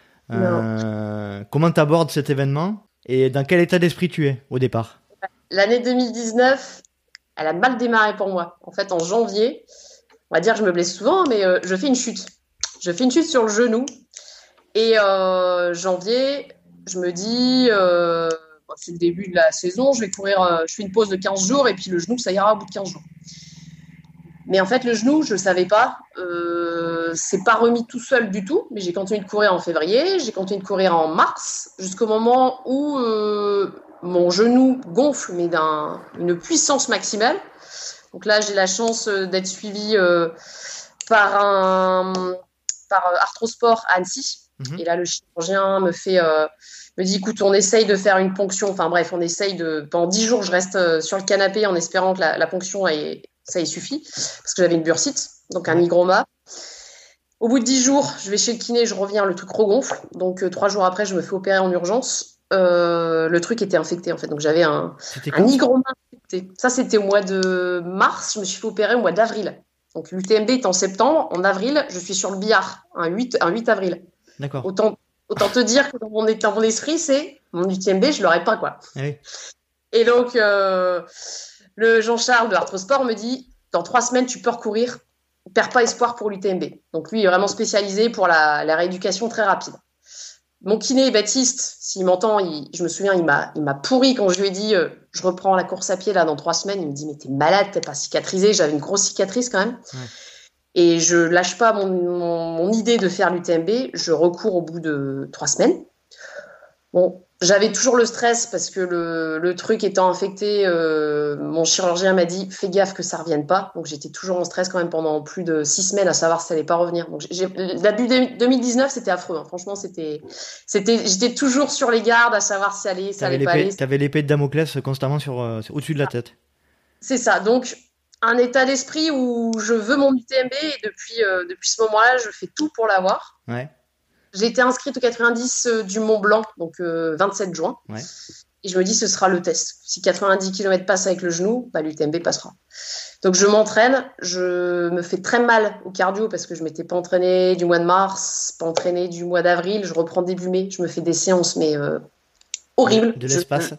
Comment tu abordes cet événement et dans quel état d'esprit tu es au départ? L'année 2019, elle a mal démarré pour moi. En fait, en janvier, on va dire que je me blesse souvent, mais je fais une chute. Je fais une chute sur le genou. Et janvier, je me dis, c'est le début de la saison, je vais courir, je fais une pause de 15 jours et puis le genou, ça ira au bout de 15 jours. Mais en fait, le genou, je ne savais pas. C'est pas remis tout seul du tout, mais j'ai continué de courir en février, j'ai continué de courir en mars, jusqu'au moment où mon genou gonfle, mais d'une puissance maximale. Donc là, j'ai la chance d'être suivie par Arthrosport à Annecy. Et là, le chirurgien me dit, écoute, on essaye de faire une ponction. Enfin bref, on essaye pendant 10 jours, je reste sur le canapé en espérant que la ponction ça y suffit, parce que j'avais une bursite, donc un hygroma. Au bout de 10 jours, je vais chez le kiné, je reviens, le truc regonfle. Donc 3 jours après, je me fais opérer en urgence. Le truc était infecté en fait, donc j'avais un hygroma infecté. Ça, c'était au mois de mars, je me suis fait opérer au mois d'avril. Donc l'UTMB est en septembre, en avril, je suis sur le billard, un 8 avril. D'accord. Autant te dire que dans mon esprit, c'est mon UTMB, je l'aurais pas, quoi. Oui. Et donc, le Jean-Charles de Arthrosport me dit, dans 3 semaines, tu peux recourir, perds pas espoir pour l'UTMB. Donc lui, il est vraiment spécialisé pour la rééducation très rapide. Mon kiné, Baptiste, s'il m'entend, je me souviens, il m'a pourri quand je lui ai dit, je reprends la course à pied là dans 3 semaines. Il me dit, mais t'es malade, t'es pas cicatrisé. J'avais une grosse cicatrice quand même. Ouais. Et je lâche pas mon idée de faire l'UTMB. Je recours au bout de 3 semaines. Bon, j'avais toujours le stress parce que le truc étant infecté, mon chirurgien m'a dit fais gaffe que ça revienne pas. Donc j'étais toujours en stress quand même pendant plus de 6 semaines à savoir si ça allait pas revenir. Donc début 2019, c'était affreux. Hein. Franchement, j'étais toujours sur les gardes à savoir si ça allait pas aller. T'avais l'épée de Damoclès constamment au-dessus de la tête. C'est ça. Donc un état d'esprit où je veux mon UTMB et depuis ce moment-là, je fais tout pour l'avoir. Ouais. J'ai été inscrite au 90 du Mont Blanc, donc 27 juin. Ouais. Et je me dis, ce sera le test. Si 90 km passent avec le genou, l'UTMB passera. Donc je m'entraîne, je me fais très mal au cardio parce que je ne m'étais pas entraînée du mois de mars, pas entraînée du mois d'avril. Je reprends début mai, je me fais des séances, mais horribles. De l'espace.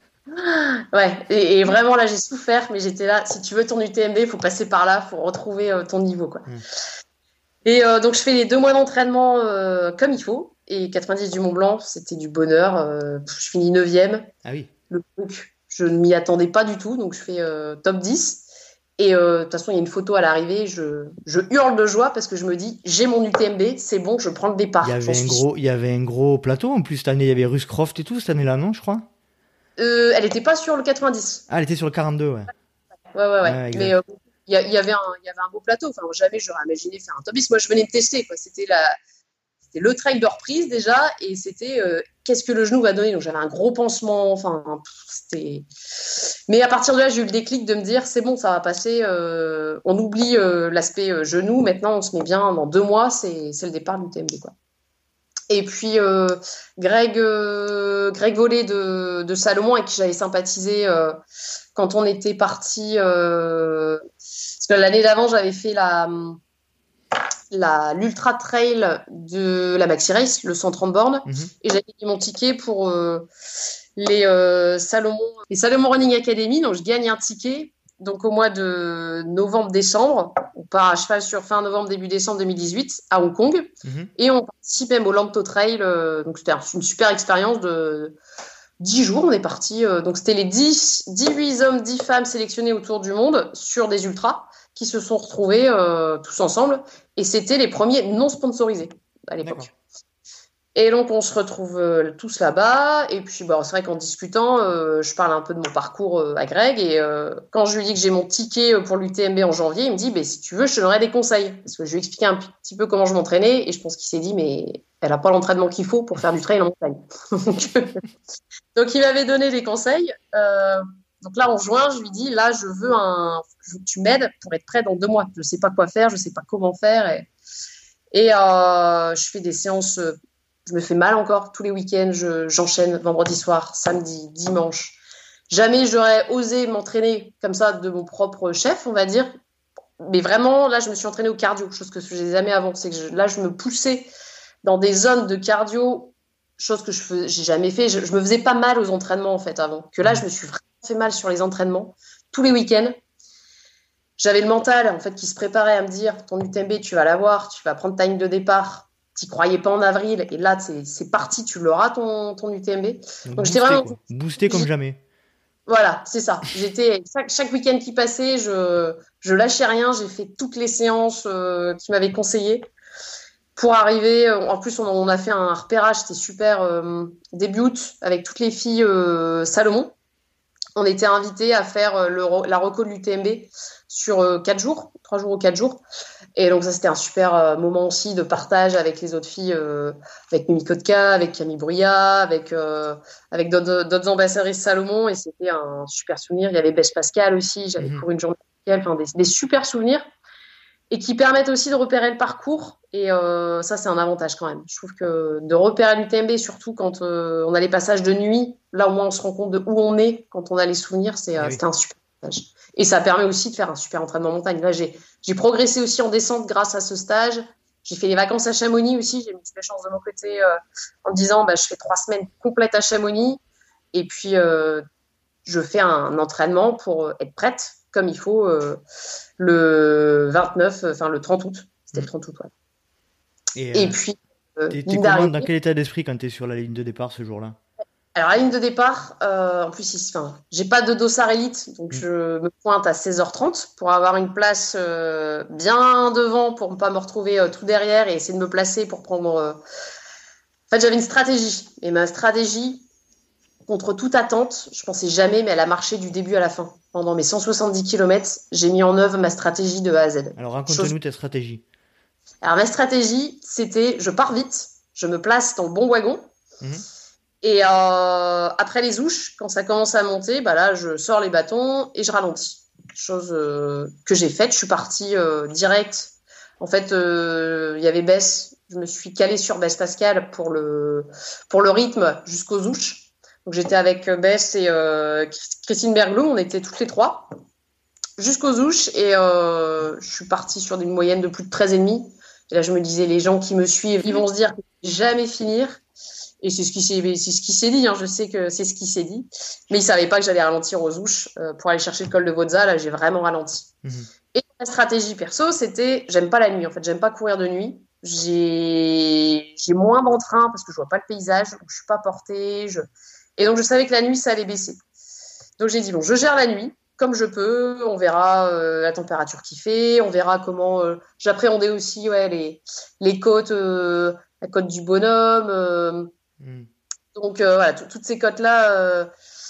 Ouais, et vraiment là, j'ai souffert, mais j'étais là. Si tu veux ton UTMB, il faut passer par là, il faut retrouver ton niveau, quoi. Et donc, je fais les 2 mois d'entraînement comme il faut. Et 90 du Mont Blanc, c'était du bonheur. Je finis 9e. Ah oui. Le truc, je ne m'y attendais pas du tout. Donc, je fais top 10. Et de toute façon, il y a une photo à l'arrivée. Je hurle de joie parce que je me dis, j'ai mon UTMB, c'est bon, je prends le départ. Il y avait un gros plateau. En plus, cette année, il y avait Ruscroft et tout, cette année-là, non, je crois? Elle n'était pas sur le 90. Ah, elle était sur le 42, ouais. Ouais. Mais il y avait un beau plateau. Enfin, jamais j'aurais imaginé faire un top 10. Moi, je venais de tester, quoi. C'était le trail de reprise déjà, et c'était qu'est-ce que le genou va donner. Donc j'avais un gros pansement. Enfin, c'était. Mais à partir de là, j'ai eu le déclic de me dire c'est bon, ça va passer. On oublie l'aspect genou. Maintenant, on se met bien. Dans 2 mois, c'est le départ de l'UTMB, quoi. Et puis Greg Vollet de Salomon, avec qui j'avais sympathisé quand on était parti. Parce que l'année d'avant, j'avais fait la l'ultra trail de la Maxi Race, le 130 bornes, et j'avais mis mon ticket pour les Salomon Running Academy. Donc, je gagne un ticket. Donc, au mois de novembre-décembre, on part à cheval sur fin novembre, début décembre 2018 à Hong Kong. Et on participe même au Lambto Trail. Donc, c'était une super expérience de 10 jours. On est parti. Donc, c'était les 18 hommes, 10 femmes sélectionnés autour du monde sur des ultras qui se sont retrouvés tous ensemble. Et c'était les premiers non sponsorisés à l'époque. D'accord. Et donc, on se retrouve tous là-bas. Et puis, c'est vrai qu'en discutant, je parle un peu de mon parcours à Greg. Et quand je lui dis que j'ai mon ticket pour l'UTMB en janvier, il me dit, si tu veux, je te donnerai des conseils. Parce que je lui ai expliqué un petit peu comment je m'entraînais. Et je pense qu'il s'est dit, mais elle n'a pas l'entraînement qu'il faut pour faire du trail en montagne. Donc, il m'avait donné des conseils. Donc là, en juin, je lui dis, là, je veux que tu m'aides pour être prêt dans 2 mois. Je ne sais pas quoi faire, je ne sais pas comment faire. Et je fais des séances... Je me fais mal encore tous les week-ends. J'enchaîne vendredi soir, samedi, dimanche. Jamais j'aurais osé m'entraîner comme ça de mon propre chef, on va dire. Mais vraiment, là, je me suis entraînée au cardio, chose que je n'ai jamais avant. C'est que là, je me poussais dans des zones de cardio, chose que j'ai jamais fait. Je me faisais pas mal aux entraînements, en fait, avant. Que là, je me suis vraiment fait mal sur les entraînements, tous les week-ends. J'avais le mental, en fait, qui se préparait à me dire, ton UTMB, tu vas l'avoir, tu vas prendre ta ligne de départ. Tu croyais pas en avril, et là, c'est parti, tu l'auras, ton UTMB. Donc, j'étais vraiment... Boosté comme jamais. Voilà, c'est ça. Chaque week-end qui passait, je lâchais rien. J'ai fait toutes les séances qui m'avaient conseillé pour arriver. En plus, on a fait un repérage, c'était super. Début août, avec toutes les filles Salomon. On était invités à faire la reco de l'UTMB sur 4 jours, 3 jours ou 4 jours. Et donc ça, c'était un super moment aussi de partage avec les autres filles, avec Mimi Kotka, avec Camille Bruyat, avec d'autres ambassadrices Salomon. Et c'était un super souvenir. Il y avait Bess Pascal aussi. J'avais couru une journée avec elle. Enfin, des super souvenirs. Et qui permettent aussi de repérer le parcours. Et ça, c'est un avantage quand même. Je trouve que de repérer l'UTMB, surtout quand on a les passages de nuit, là au moins on se rend compte de où on est quand on a les souvenirs. C'était un super avantage. Et ça permet aussi de faire un super entraînement en montagne. Là, j'ai progressé aussi en descente grâce à ce stage. J'ai fait les vacances à Chamonix aussi. J'ai mis toutes les chances de mon côté en me disant je fais 3 semaines complètes à Chamonix. Et puis, je fais un entraînement pour être prête comme il faut le 30 août. C'était le 30 août, ouais. Et puis... t'es comment, dans quel état d'esprit quand t'es sur la ligne de départ ce jour-là? Alors, la ligne de départ, en plus, j'ai pas de dossard élite, donc je me pointe à 16h30 pour avoir une place bien devant, pour ne pas me retrouver tout derrière et essayer de me placer pour prendre... En fait, j'avais une stratégie. Et ma stratégie, contre toute attente, je pensais jamais, mais elle a marché du début à la fin. Pendant mes 170 km, j'ai mis en œuvre ma stratégie de A à Z. Alors, raconte-nous ta stratégie. Alors, ma stratégie, c'était, je pars vite, je me place dans le bon wagon. Et après les ouches, quand ça commence à monter, là, je sors les bâtons et je ralentis. Chose que j'ai faite. Je suis partie direct. En fait, il y avait Bess. Je me suis calée sur Bess Pascal pour le rythme jusqu'aux ouches. Donc, j'étais avec Bess et Christine Berglou. On était toutes les 3 jusqu'aux ouches. Et je suis partie sur une moyenne de plus de 13,5. Et là, je me disais, les gens qui me suivent, ils vont se dire que je vais jamais finir. Et c'est ce qui s'est dit, je sais que c'est ce qui s'est dit. Mais ils ne savaient pas que j'allais ralentir aux ouches pour aller chercher le col de Vodza. Là, j'ai vraiment ralenti. Et ma stratégie perso, c'était, j'aime pas la nuit. En fait, j'aime pas courir de nuit. J'ai moins d'entrain parce que je vois pas le paysage, donc je suis pas portée. Et donc, je savais que la nuit, ça allait baisser. Donc, j'ai dit, bon, je gère la nuit comme je peux. On verra la température qu'il fait. On verra comment j'appréhendais aussi les côtes, la côte du Bonhomme. Donc, voilà, toutes ces côtes-là.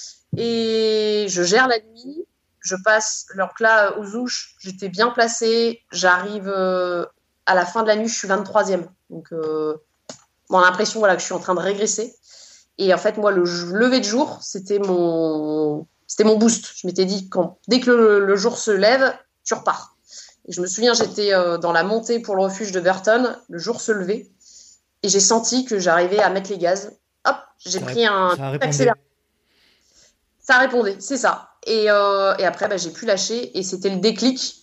Et je gère la nuit. Je passe, alors que là, aux ouches, j'étais bien placée. J'arrive à la fin de la nuit, je suis 23e. Donc, on a l'impression que je suis en train de régresser. Et en fait, moi, le lever de jour, c'était mon boost. Je m'étais dit, dès que le jour se lève, tu repars. Et je me souviens, j'étais dans la montée pour le refuge de Burton, le jour se levait, et j'ai senti que j'arrivais à mettre les gaz. Hop, j'ai pris un accélérateur. Ça répondait, c'est ça. Et après, j'ai pu lâcher, et c'était le déclic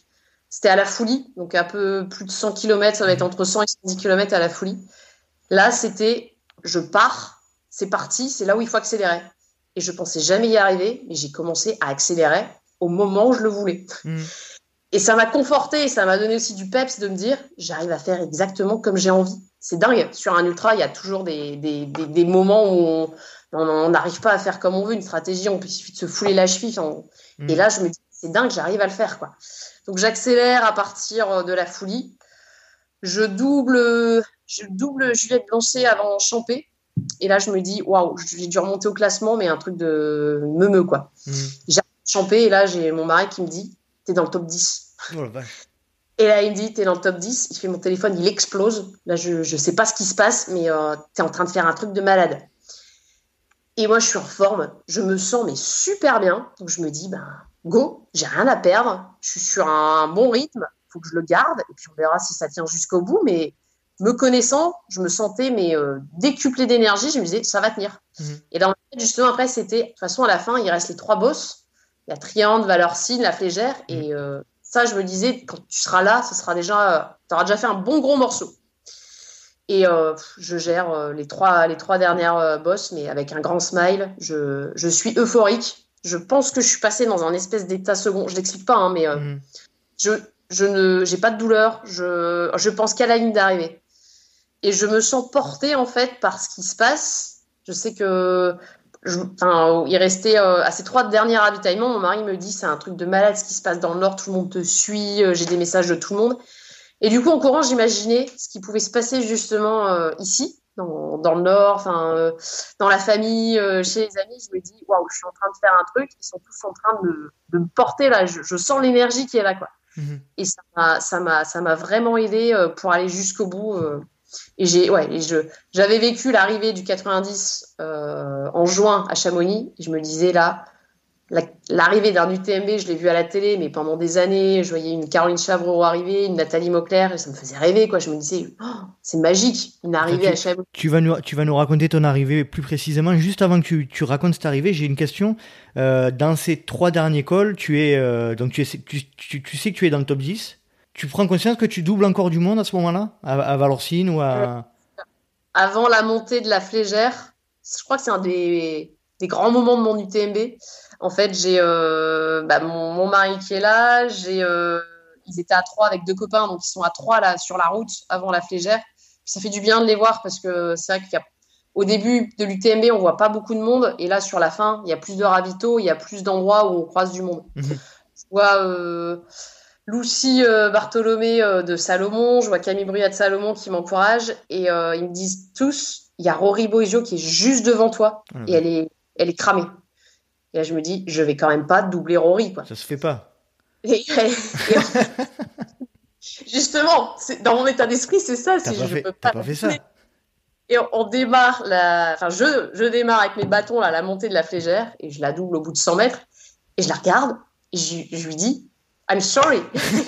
C'était à la Foulie, donc un peu plus de 100 km, ça va être entre 100 et 110 km à la Foulie. Là, c'était, je pars, c'est parti, c'est là où il faut accélérer. Et je pensais jamais y arriver, mais j'ai commencé à accélérer au moment où je le voulais. Et ça m'a conforté, et ça m'a donné aussi du peps de me dire, j'arrive à faire exactement comme j'ai envie. C'est dingue. Sur un ultra, il y a toujours des moments où on n'arrive pas à faire comme on veut, une stratégie, il suffit de se fouler la cheville. Et là, je me dis, c'est dingue, j'arrive à le faire, quoi. Donc, j'accélère à partir de la Foulie. Je double Juliette Blanchet avant Champé. Et là, je me dis, waouh, j'ai dû remonter au classement, mais un truc de meumeux, quoi. J'ai Champé, et là, j'ai mon mari qui me dit, t'es dans le top 10. Oh la vache. Et là, il me dit, t'es dans le top 10. Il fait mon téléphone, il explose. Là, je sais pas ce qui se passe, mais t'es en train de faire un truc de malade. Et moi, je suis en forme. Je me sens mais super bien. Donc, je me dis, go, j'ai rien à perdre. Je suis sur un bon rythme. Il faut que je le garde. Et puis, on verra si ça tient jusqu'au bout. Mais me connaissant, je me sentais décuplé d'énergie. Je me disais, ça va tenir. Et dans ma tête, justement, après, c'était, de toute façon, à la fin, il reste les 3 bosses. La Triande, Valorcine, la Flégère. Et ça, je me disais, quand tu seras là, ce sera déjà, tu auras déjà fait un bon gros morceau. Et je gère les trois dernières bosses, mais avec un grand smile. Je suis euphorique. Je pense que je suis passée dans un espèce d'état second. Je l'explique pas, hein, mais j'ai pas de douleur. Je pense qu'à la ligne d'arrivée. Et je me sens portée, en fait, par ce qui se passe. Je sais que il restait à ces 3 derniers ravitaillements. Mon mari me dit, c'est un truc de malade ce qui se passe dans le Nord. Tout le monde te suit. J'ai des messages de tout le monde. Et du coup, en courant, j'imaginais ce qui pouvait se passer justement ici, dans le Nord, dans la famille, chez les amis. Je me dis, waouh, je suis en train de faire un truc. Ils sont tous en train de me porter là. Je sens l'énergie qui est là, quoi. Et ça m'a vraiment aidé pour aller jusqu'au bout. Et j'avais vécu l'arrivée du 90 en juin à Chamonix. Et je me disais là, l'arrivée d'un UTMB, je l'ai vu à la télé, mais pendant des années, je voyais une Caroline Chavreau arriver, une Nathalie Mauclair, et ça me faisait rêver, quoi. Je me disais, c'est magique, une arrivée à Chamonix. Tu vas nous raconter ton arrivée plus précisément. Juste avant que tu racontes cette arrivée, j'ai une question. Dans ces 3 derniers cols, tu sais que tu es dans le top 10. Tu prends conscience que tu doubles encore du monde à ce moment-là, à Valorcine ou à... Avant la montée de la Flégère, je crois que c'est un des grands moments de mon UTMB. En fait, j'ai mon mari qui est là. Ils étaient à 3 avec 2 copains, donc ils sont à 3 là sur la route avant la Flégère. Ça fait du bien de les voir parce que c'est vrai qu'au début de l'UTMB, on voit pas beaucoup de monde, et là sur la fin, il y a plus de ravitaux, il y a plus d'endroits où on croise du monde. Je vois Lucie Bartholomé de Salomon, je vois Camille Bruyat de Salomon qui m'encourage, et ils me disent tous, il y a Rory Boisio qui est juste devant toi, et elle est cramée. Et là, je me dis, je vais quand même pas doubler Rory, quoi. Ça se fait pas. Justement, dans mon état d'esprit, c'est ça. T'as pas fait ça. Et on démarre je démarre avec mes bâtons là, la montée de la Flégère, et je la double au bout de 100 mètres, et je la regarde, et je lui dis, I'm sorry.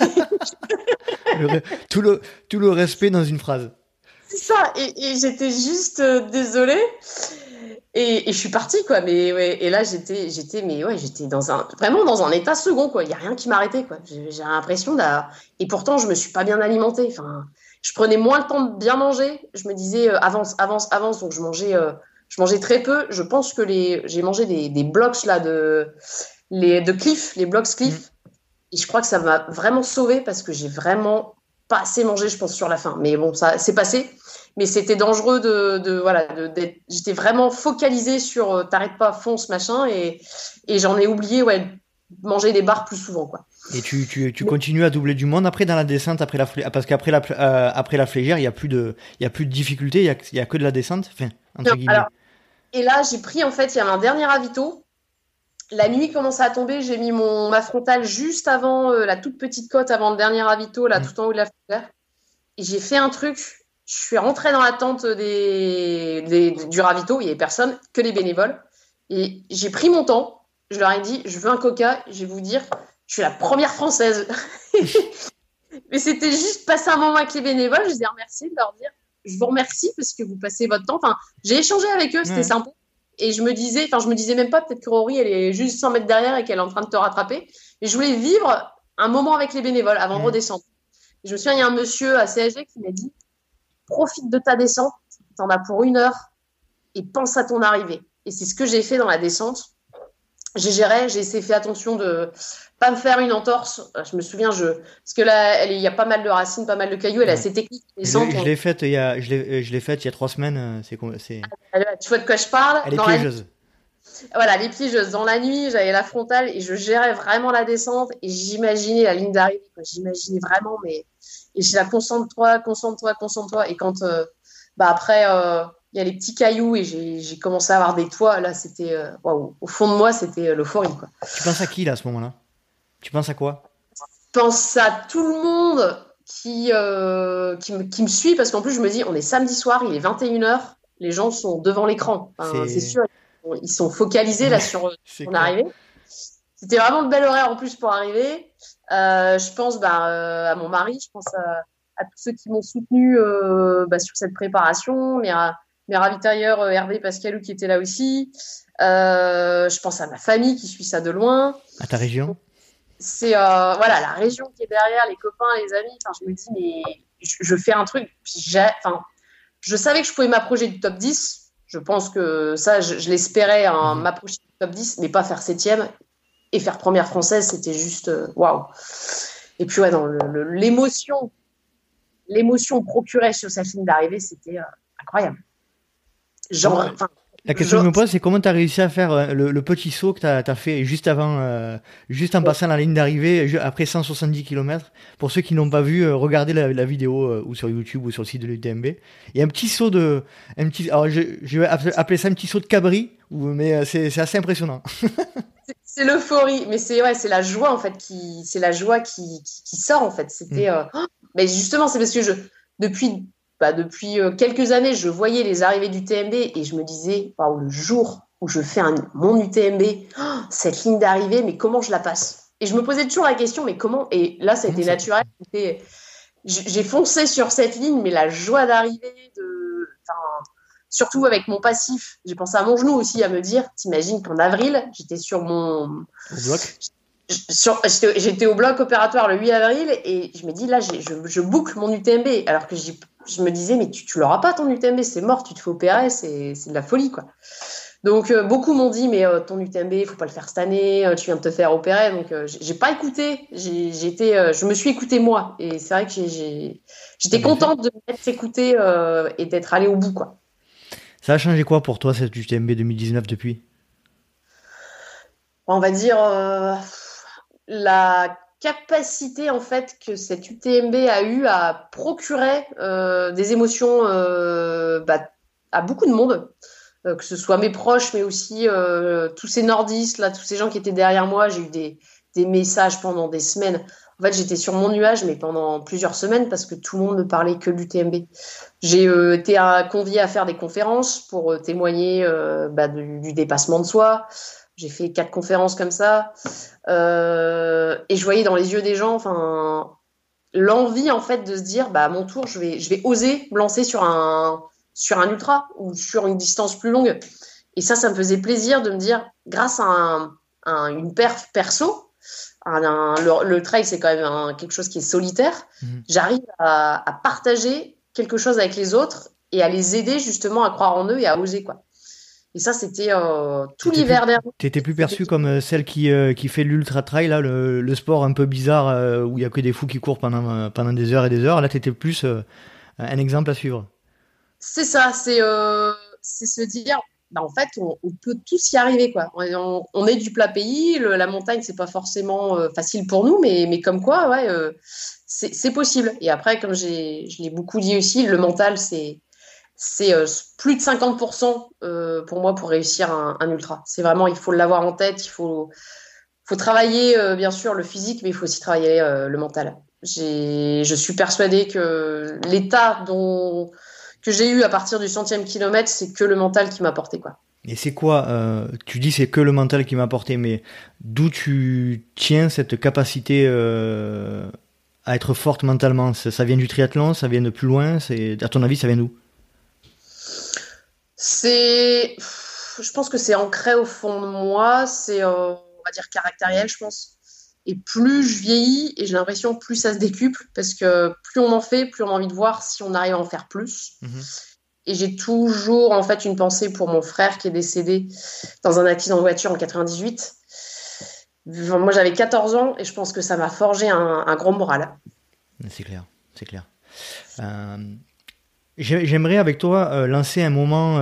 Tout le respect dans une phrase. C'est ça. Et j'étais juste désolée. Et je suis partie, quoi. Mais ouais, et là, j'étais vraiment dans un état second, quoi. Il y a rien qui m'arrêtait, quoi. J'ai l'impression et pourtant, je me suis pas bien alimentée. Enfin, je prenais moins le temps de bien manger. Je me disais avance. Donc je mangeais très peu. Je pense que j'ai mangé des blocs là de Cliff, les blocs Cliff. Et je crois que ça m'a vraiment sauvée parce que j'ai vraiment pas assez mangé, je pense, sur la fin. Mais bon, ça c'est passé. Mais c'était dangereux j'étais vraiment focalisée sur t'arrêtes pas, fonce, machin, et j'en ai oublié, manger des barres plus souvent, quoi. Et tu continues à doubler du monde après dans la descente, parce qu'après la Flégère, il y a plus de difficultés, il y a que de la descente, enfin, entre guillemets. Alors, et là, j'ai pris, en fait, il y avait un dernier ravito. La nuit commençait à tomber, j'ai mis ma frontale juste avant la toute petite côte, avant le dernier ravito, là, tout en haut de la Flégère. Et j'ai fait un truc. Je suis rentrée dans la tente du ravito, il n'y avait personne, que les bénévoles. Et j'ai pris mon temps, je leur ai dit, je veux un coca, je vais vous dire, je suis la première française. Mais c'était juste passer un moment avec les bénévoles, je les ai remerciés de leur dire, je vous remercie parce que vous passez votre temps. Enfin, j'ai échangé avec eux, c'était sympa. Et je me disais même pas, peut-être que Rory, elle est juste 100 mètres derrière et qu'elle est en train de te rattraper. Et je voulais vivre un moment avec les bénévoles avant de redescendre. Et je me souviens, il y a un monsieur assez âgé qui m'a dit profite de ta descente, t'en as pour 1 heure et pense à ton arrivée. Et c'est ce que j'ai fait dans la descente. J'ai essayé de faire attention de pas me faire une entorse. Je me souviens, parce que là, il y a pas mal de racines, pas mal de cailloux, elle est assez technique. Je l'ai faite il y a 3 semaines. Tu vois de quoi je parle? Elle est piégeuse. Voilà, les piégeuses. Dans la nuit, j'avais la frontale et je gérais vraiment la descente et j'imaginais la ligne d'arrivée. J'imaginais vraiment, mais et je la concentre-toi. Et quand, après, il y a les petits cailloux et j'ai commencé à avoir des toits. Là, c'était, waouh. Au fond de moi, c'était l'euphorie, quoi. Tu penses à qui là à ce moment-là? Tu penses à quoi? Je pense à tout le monde qui me suit parce qu'en plus, je me dis, on est samedi soir, il est 21h, les gens sont devant l'écran. C'est sûr. Ils sont focalisés là sur mon arrivée. C'était vraiment le bel horaire en plus pour arriver. Je pense à mon mari, je pense à tous ceux qui m'ont soutenu sur cette préparation, mes ravitailleurs Hervé et Pascalou qui étaient là aussi. Je pense à ma famille qui suit ça de loin. À ta région? C'est la région qui est derrière, les copains, les amis. Enfin, je me dis, mais je fais un truc. Je savais que je pouvais m'approcher du top 10. Je pense que ça, je l'espérais, m'approcher du top 10, mais pas faire 7e et faire première française, c'était juste waouh. Et puis, l'émotion procurée sur cette ligne d'arrivée, c'était incroyable. La question que je me pose, c'est comment tu as réussi à faire le petit saut que tu as fait juste en passant la ligne d'arrivée, après 170 km. Pour ceux qui n'ont pas vu, regardez la vidéo ou sur YouTube ou sur le site de l'UTMB. Il y a un petit saut alors je vais appeler ça un petit saut de cabri, mais c'est assez impressionnant. C'est l'euphorie, mais c'est la joie en fait qui sort en fait. C'était, mais justement, c'est parce que depuis quelques années, je voyais les arrivées du TMB et je me disais, le jour où je fais mon UTMB, cette ligne d'arrivée, mais comment je la passe? Et je me posais toujours la question, mais comment? Et là, ça a été naturel. J'ai foncé sur cette ligne, mais la joie d'arriver, surtout avec mon passif, j'ai pensé à mon genou aussi, à me dire, t'imagines qu'en avril, j'étais sur mon... Au bloc. J'étais au bloc opératoire le 8 avril et je me dis, là, je boucle mon UTMB, alors que je me disais, mais tu l'auras pas ton UTMB, c'est mort, tu te fais opérer, c'est de la folie, quoi. Donc, beaucoup m'ont dit, mais ton UTMB, il faut pas le faire cette année, tu viens de te faire opérer. Donc, j'ai pas écouté, je me suis écoutée moi. Et c'est vrai que j'étais contente de m'être écoutée et d'être allée au bout, quoi. Ça a changé quoi pour toi, cette UTMB 2019 depuis? On va dire la capacité en fait que cette UTMB a eu à procurer des émotions à beaucoup de monde, que ce soit mes proches, mais aussi tous ces nordistes, là, tous ces gens qui étaient derrière moi. J'ai eu des messages pendant des semaines. En fait, j'étais sur mon nuage, mais pendant plusieurs semaines, parce que tout le monde ne parlait que de l'UTMB. J'ai été conviée à faire des conférences pour témoigner du dépassement de soi. J'ai fait 4 conférences comme ça. Et je voyais dans les yeux des gens l'envie en fait, de se dire à mon tour, je vais oser me lancer sur un ultra ou sur une distance plus longue. Et ça me faisait plaisir de me dire, grâce à une perf perso, le trail, c'est quand même quelque chose qui est solitaire. J'arrive à partager quelque chose avec les autres et à les aider justement à croire en eux et à oser, quoi. Et ça, c'était tout l'hiver dernier. T'étais plus perçue comme celle qui fait l'ultra trail, là, le sport un peu bizarre où il y a que des fous qui courent pendant des heures et des heures. Là, t'étais plus un exemple à suivre. C'est ça, c'est se dire, en fait, on peut tous y arriver, quoi. On est du plat pays, la montagne, c'est pas forcément facile pour nous, mais comme quoi, c'est possible. Et après, comme je l'ai beaucoup dit aussi, le mental, c'est plus de 50% pour moi pour réussir un ultra. C'est vraiment, il faut l'avoir en tête, il faut travailler bien sûr le physique, mais il faut aussi travailler le mental. Je suis persuadée que l'état que j'ai eu à partir du 100e kilomètre, c'est que le mental qui m'a porté, quoi. Et c'est quoi tu dis c'est que le mental qui m'a porté, mais d'où tu tiens cette capacité à être forte mentalement? Ça vient du triathlon, ça vient de plus loin, à ton avis, ça vient d'où? Je pense que c'est ancré au fond de moi, c'est, on va dire, caractériel, je pense. Et plus je vieillis, et j'ai l'impression plus ça se décuple, parce que plus on en fait, plus on a envie de voir si on arrive à en faire plus. Et j'ai toujours en fait une pensée pour mon frère qui est décédé dans un accident de voiture en 98. Moi j'avais 14 ans et je pense que ça m'a forgé un grand moral. C'est clair, c'est clair. J'aimerais avec toi lancer un moment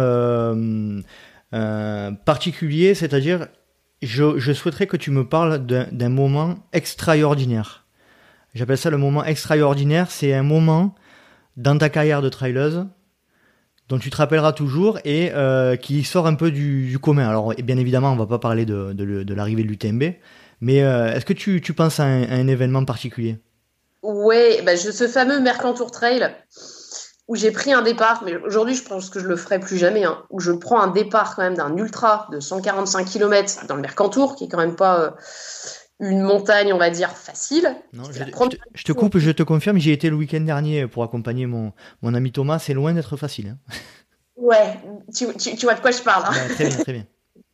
particulier, c'est-à-dire je souhaiterais que tu me parles d'un moment extraordinaire. J'appelle ça le moment extraordinaire. C'est un moment dans ta carrière de traileuse dont tu te rappelleras toujours et qui sort un peu du commun. Alors, bien évidemment, on va pas parler de l'arrivée de l'UTMB, mais est-ce que tu penses à un événement particulier? Ouais, ce fameux Mercantour Trail où j'ai pris un départ, mais aujourd'hui je pense que je le ferai plus jamais, hein, où je prends un départ quand même d'un ultra de 145 km dans le Mercantour, qui est quand même pas une montagne, on va dire, facile. Non, je te coupe, je te confirme, j'y étais le week-end dernier pour accompagner mon ami Thomas, c'est loin d'être facile. Hein. Ouais, tu vois de quoi je parle. Hein. Ouais, très bien, très bien.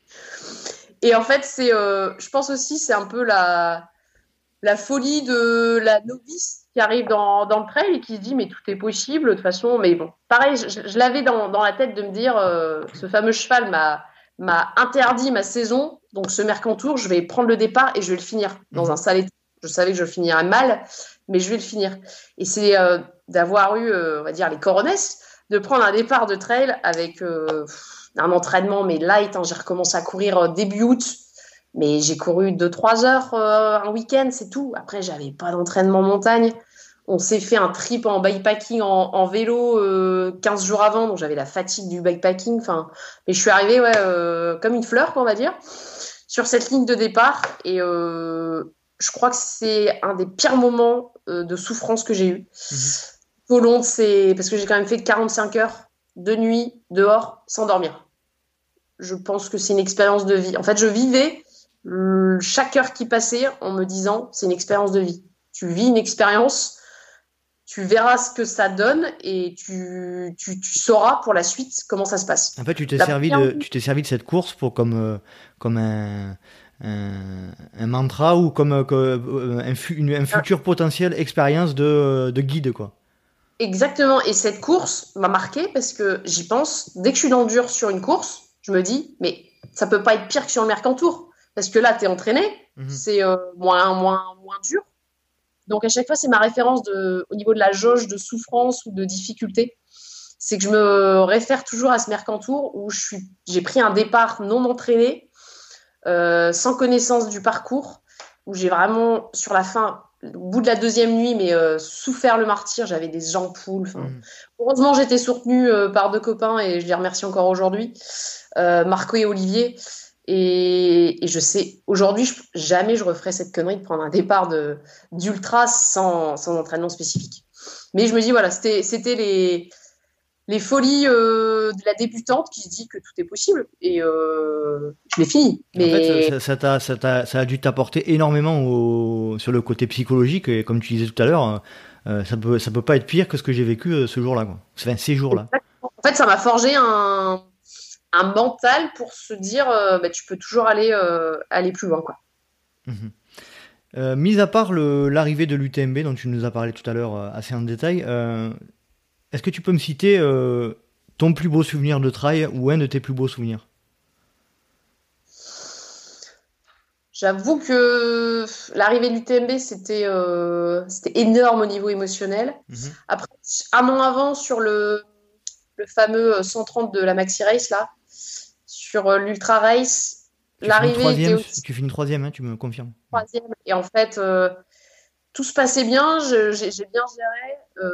Et en fait, je pense aussi, c'est un peu la folie de la novice qui arrive dans le trail et qui se dit mais tout est possible de toute façon. Mais bon, pareil, je l'avais dans la tête de me dire ce fameux cheval m'a interdit ma saison, donc ce Mercantour, je vais prendre le départ et je vais le finir dans un sale état. Je savais que je le finirais mal, mais je vais le finir. Et c'est d'avoir eu, on va dire, les coronesses, de prendre un départ de trail avec un entraînement mais light. Hein, j'ai recommencé à courir début août. Mais j'ai couru 2-3 heures un week-end, c'est tout. Après, j'avais pas d'entraînement montagne. On s'est fait un trip en bikepacking en vélo 15 jours avant, donc j'avais la fatigue du bikepacking. Mais je suis arrivée comme une fleur, quoi, on va dire, sur cette ligne de départ. Et je crois que c'est un des pires moments de souffrance que j'ai eu. Au long de parce que j'ai quand même fait 45 heures de nuit dehors sans dormir. Je pense que c'est une expérience de vie. En fait, je vivais chaque heure qui passait en me disant c'est une expérience de vie. Tu vis une expérience, tu verras ce que ça donne et tu sauras pour la suite comment ça se passe. En fait, tu t'es servi de cette course pour comme un mantra ou comme un futur potentiel expérience de guide, quoi. Exactement. Et cette course m'a marqué parce que j'y pense dès que je suis dans le dur sur une course, je me dis mais ça peut pas être pire que sur le Mercantour. Parce que là, tu es entraîné, c'est moins dur. Donc, à chaque fois, c'est ma référence au niveau de la jauge de souffrance ou de difficulté. C'est que je me réfère toujours à ce Mercantour où j'ai pris un départ non entraîné, sans connaissance du parcours, où j'ai vraiment, sur la fin, au bout de la deuxième nuit, mais souffert le martyre, j'avais des ampoules. Heureusement, j'étais soutenue par 2 copains et je les remercie encore aujourd'hui, Marco et Olivier. Et je sais, aujourd'hui, jamais je referai cette connerie de prendre un départ d'ultra sans entraînement spécifique. Mais je me dis, voilà, c'était les folies de la débutante qui se dit que tout est possible. Et je l'ai fini. Mais... En fait, ça a dû t'apporter énormément sur le côté psychologique. Et comme tu disais tout à l'heure, ça peut pas être pire que ce que j'ai vécu ce jour-là, quoi. Enfin, ces jours-là. En fait, ça m'a forgé un mental pour se dire tu peux toujours aller plus loin, quoi. Mis à part l'arrivée de l'UTMB dont tu nous as parlé tout à l'heure assez en détail, est-ce que tu peux me citer ton plus beau souvenir de trail ou un de tes plus beaux souvenirs? J'avoue que l'arrivée de l'UTMB c'était énorme au niveau émotionnel. Après, un an avant, sur le fameux 130 de la Maxi Race là, sur l'Ultra Race, l'arrivée était aussi... Tu finis 3e, hein, tu me confirmes. 3e. Et en fait, tout se passait bien, j'ai bien géré.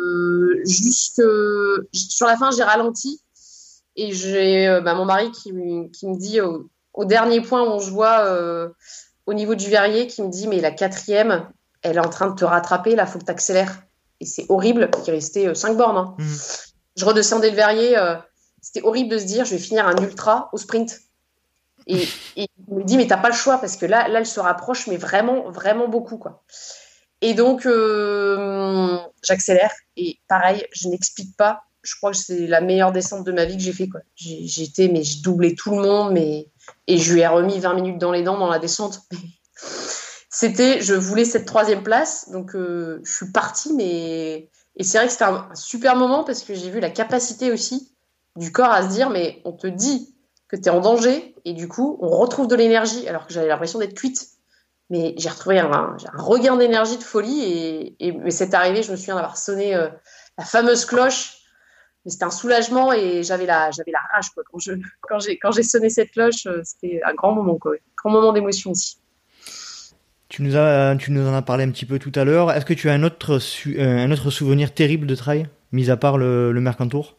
Sur la fin, j'ai ralenti. Et j'ai mon mari qui me dit, au dernier point où on se voit au niveau du verrier, qui me dit, mais la 4e, elle est en train de te rattraper, là, il faut que tu accélères. Et c'est horrible, il restait 5 bornes. Hein. Je redescendais le verrier... c'était horrible de se dire, je vais finir un ultra au sprint. Et il me dit, mais t'as pas le choix, parce que là, elle se rapproche, mais vraiment, vraiment beaucoup, quoi. Et donc, j'accélère. Et pareil, je n'explique pas. Je crois que c'est la meilleure descente de ma vie que j'ai fait, quoi. Je doublais tout le monde, et je lui ai remis 20 minutes dans les dents dans la descente. je voulais cette 3e place, donc je suis partie, et c'est vrai que c'était un super moment parce que j'ai vu la capacité aussi du corps à se dire, mais on te dit que tu es en danger, et du coup, on retrouve de l'énergie, alors que j'avais l'impression d'être cuite. Mais j'ai retrouvé un regain d'énergie, de folie, mais c'est arrivé, je me souviens d'avoir sonné la fameuse cloche, mais c'était un soulagement, et j'avais la rage, quoi. Quand j'ai sonné cette cloche, c'était un grand moment, quoi. Un grand moment d'émotion aussi. Tu nous en as parlé un petit peu tout à l'heure. Est-ce que tu as un autre souvenir terrible de trail, mis à part le Mercantour?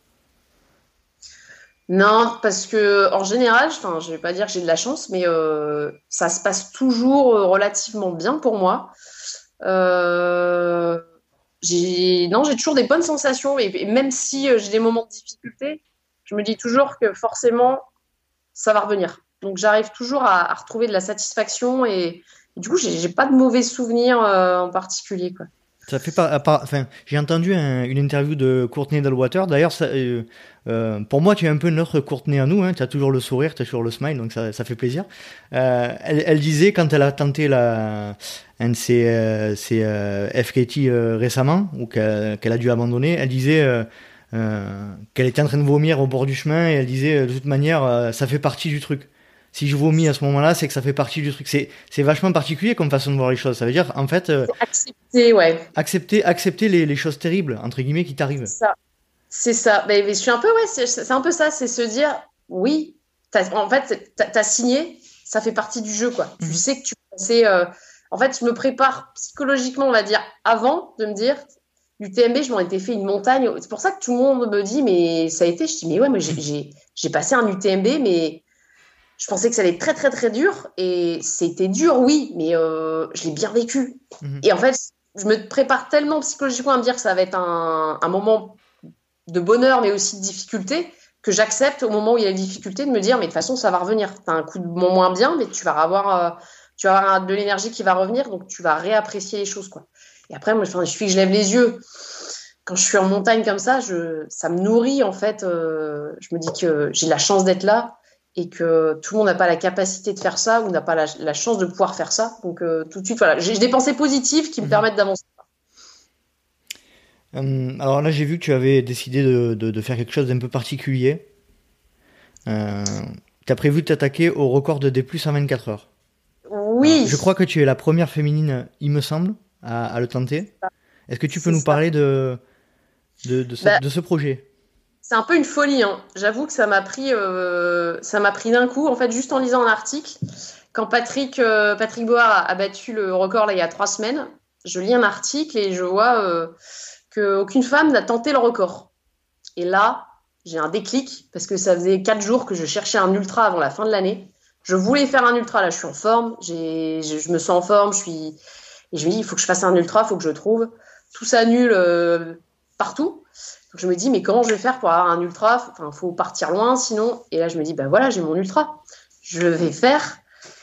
Non, parce que en général, enfin, je vais pas dire que j'ai de la chance, mais ça se passe toujours relativement bien pour moi. Euh, j'ai toujours des bonnes sensations, et même si j'ai des moments de difficulté, je me dis toujours que forcément, ça va revenir. Donc j'arrive toujours à retrouver de la satisfaction, et du coup, j'ai pas de mauvais souvenirs en particulier, quoi. Ça fait pas, enfin, j'ai entendu une interview de Courtney Dalwater. D'ailleurs, pour moi, tu es un peu notre Courtney à nous. Hein. Tu as toujours le sourire, tu as toujours le smile, donc ça fait plaisir. Elle disait, quand elle a tenté un de ses FKT récemment, ou qu'elle a dû abandonner, elle disait qu'elle était en train de vomir au bord du chemin, et elle disait, de toute manière, ça fait partie du truc. Si je vomis à ce moment-là, c'est que ça fait partie du truc. C'est vachement particulier comme façon de voir les choses. Ça veut dire, en fait, accepter, ouais. Accepter les choses terribles, entre guillemets, qui t'arrivent. C'est ça. Mais je suis un peu, ouais, c'est un peu ça. C'est se dire, oui, en fait, t'as signé, ça fait partie du jeu, quoi. Mm-hmm. Tu sais que tu pensais. En fait, je me prépare psychologiquement, on va dire, avant de me dire, l'UTMB, je m'en étais fait une montagne. C'est pour ça que tout le monde me dit, mais ça a été. Je dis, mais ouais, mais j'ai passé un UTMB, mais. Je pensais que ça allait être très, très, très dur. Et c'était dur, oui, mais je l'ai bien vécu. Mm-hmm. Et en fait, je me prépare tellement psychologiquement à me dire que ça va être un moment de bonheur, mais aussi de difficulté, que j'accepte au moment où il y a la difficulté de me dire, mais de toute façon, ça va revenir. Tu as un coup de moins bien, mais tu vas avoir de l'énergie qui va revenir, donc tu vas réapprécier les choses, quoi. Et après, moi, il suffit que je lève les yeux. Quand je suis en montagne comme ça, ça me nourrit, en fait. Je me dis que j'ai la chance d'être là, et que tout le monde n'a pas la capacité de faire ça, ou n'a pas la chance de pouvoir faire ça. Donc tout de suite, voilà, j'ai des pensées positives qui me permettent d'avancer. Alors là, j'ai vu que tu avais décidé de faire quelque chose d'un peu particulier. Tu as prévu de t'attaquer au record de D+, en 24 heures. Oui. Je crois que tu es la première féminine, il me semble, à le tenter. Est-ce que tu peux nous parler de ce projet ? C'est un peu une folie, hein. J'avoue que ça m'a pris d'un coup, en fait, juste en lisant un article. Quand Patrick Board a battu le record là, il y a 3 semaines, je lis un article et je vois qu'aucune femme n'a tenté le record. Et là, j'ai un déclic, parce que ça faisait 4 jours que je cherchais un ultra avant la fin de l'année. Je voulais faire un ultra, là je suis en forme, je me sens en forme, et je me dis, il faut que je fasse un ultra, il faut que je trouve. Tout s'annule partout. Donc je me dis, mais comment je vais faire pour avoir un ultra ? Enfin, faut partir loin, sinon. Et là, je me dis, ben voilà, j'ai mon ultra. Je vais faire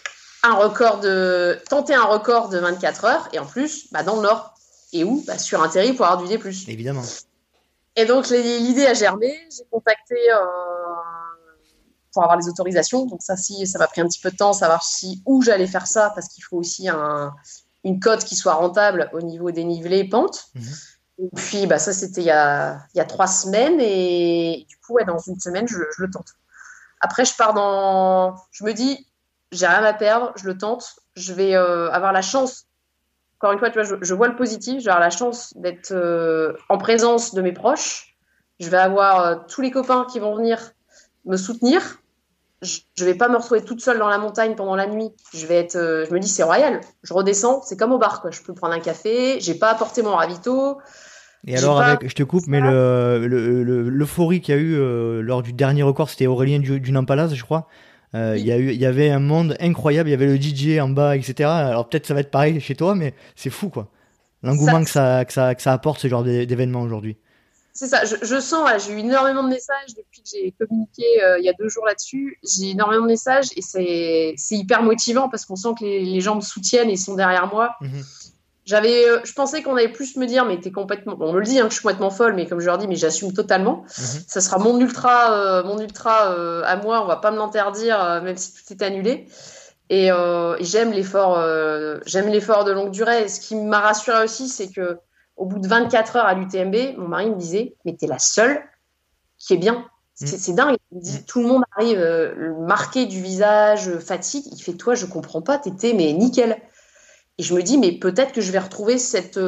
tenter un record de 24 heures, et en plus, dans le Nord. Et où ? Sur un terri pour avoir du D+. Évidemment. Et donc, l'idée a germé. J'ai contacté pour avoir les autorisations. Donc ça m'a pris un petit peu de temps, savoir où j'allais faire ça, parce qu'il faut aussi une cote qui soit rentable au niveau dénivelé pente. Mmh. Et puis, ça, c'était il y a 3 semaines. Et du coup, dans une semaine, je le tente. Après, je me dis, j'ai rien à perdre, je le tente. Je vais avoir la chance. Encore une fois, tu vois, je vois le positif. Je vais avoir la chance d'être en présence de mes proches. Je vais avoir tous les copains qui vont venir me soutenir. Je vais pas me retrouver toute seule dans la montagne pendant la nuit. Je me dis, c'est royal. Je redescends, c'est comme au bar, quoi. Je peux prendre un café. J'ai pas apporté mon ravito. Et alors, je te coupe, mais l'euphorie qu'il y a eu lors du dernier record, c'était Aurélien du Nampalaz, je crois. Oui. Il y avait un monde incroyable. Il y avait le DJ en bas, etc. Alors peut-être ça va être pareil chez toi, mais c'est fou, quoi. L'engouement que ça apporte, ce genre d'événement aujourd'hui. C'est ça, je sens, j'ai eu énormément de messages depuis que j'ai communiqué il y a 2 jours là-dessus. J'ai énormément de messages, et c'est hyper motivant, parce qu'on sent que les gens me soutiennent et sont derrière moi. Mm-hmm. Je pensais qu'on allait plus me dire, mais t'es complètement, on me le dit, que je suis complètement folle, mais comme je leur dis, mais j'assume totalement. Mm-hmm. Ça sera mon ultra à moi, on va pas me l'interdire, même si tout est annulé. Et j'aime l'effort de longue durée. Et ce qui m'a rassuré aussi, c'est que au bout de 24 heures à l'UTMB, mon mari me disait, mais t'es la seule qui est bien. C'est dingue. Il me dit, tout le monde arrive marqué du visage, fatigue. Il fait, toi, je comprends pas, t'étais mais nickel. Et je me dis, mais peut-être que je vais retrouver cette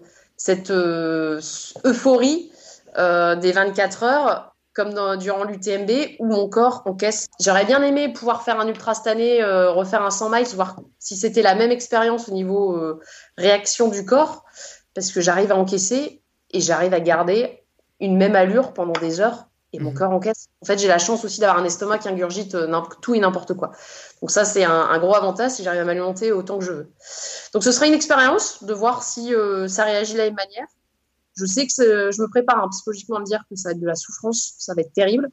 euphorie des 24 heures, comme durant l'UTMB, où mon corps encaisse. J'aurais bien aimé pouvoir faire un ultra cette année, refaire un 100 miles, voir si c'était la même expérience au niveau réaction du corps, parce que j'arrive à encaisser et j'arrive à garder une même allure pendant des heures. Et mon corps encaisse. En fait, j'ai la chance aussi d'avoir un estomac qui ingurgite tout et n'importe quoi. Donc ça, c'est un gros avantage si j'arrive à m'alimenter autant que je veux. Donc ce sera une expérience de voir si ça réagit de la même manière. Je sais que je me prépare psychologiquement à me dire que ça va être de la souffrance, ça va être terrible.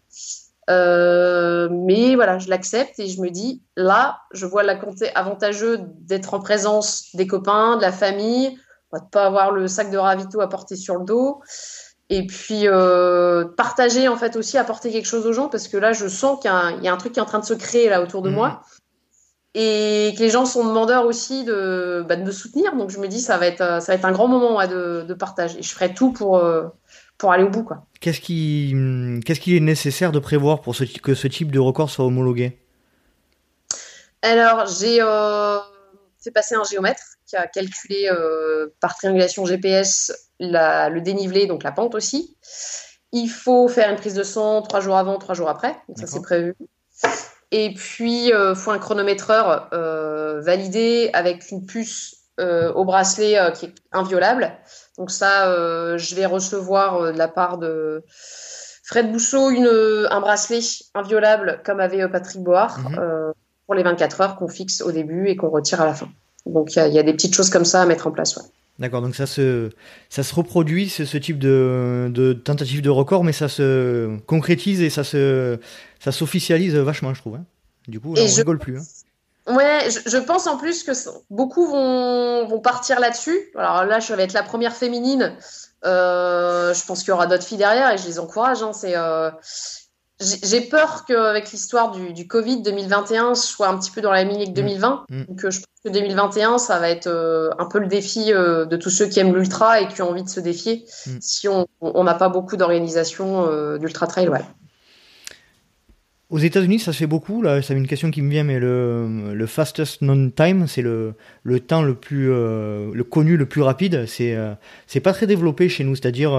Mais voilà, je l'accepte et je me dis, là, je vois la côté avantageux d'être en présence des copains, de la famille, de ne pas avoir le sac de ravito à porter sur le dos. Et puis partager en fait aussi, apporter quelque chose aux gens, parce que là je sens qu'il y a un truc qui est en train de se créer là autour de moi et que les gens sont demandeurs aussi de me soutenir. Donc je me dis ça va être un grand moment de partage et je ferai tout pour aller au bout, quoi. Qu'est-ce qu'il est nécessaire de prévoir pour que ce type de record soit homologué? Alors j'ai fait passer un géomètre qui a calculé par triangulation GPS le dénivelé, donc la pente aussi. Il faut faire une prise de sang 3 jours avant, 3 jours après. Donc ça, c'est prévu. Et puis, il faut un chronométreur validé avec une puce au bracelet qui est inviolable. Donc ça, je vais recevoir de la part de Fred Bousseau un bracelet inviolable comme avait Patrick Board pour les 24 heures qu'on fixe au début et qu'on retire à la fin. Donc il y a des petites choses comme ça à mettre en place. Ouais. D'accord, donc ça se reproduit, ce type de tentative de record, mais ça se concrétise et ça s'officialise vachement, je trouve. Hein. Du coup, là, on rigole plus. Hein. Ouais, je pense en plus que beaucoup vont partir là-dessus. Alors là, je vais être la première féminine. Je pense qu'il y aura d'autres filles derrière et je les encourage. Hein. J'ai peur qu'avec l'histoire du Covid 2021 soit un petit peu dans la lignée que 2020. Donc je pense que 2021, ça va être un peu le défi de tous ceux qui aiment l'ultra et qui ont envie de se défier si on n'a pas beaucoup d'organisations d'ultra trail. Ouais. Aux États-Unis, ça se fait beaucoup. Là, c'est une question qui me vient, mais le fastest known time, c'est le temps le plus le connu, le plus rapide. C'est pas très développé chez nous, c'est-à-dire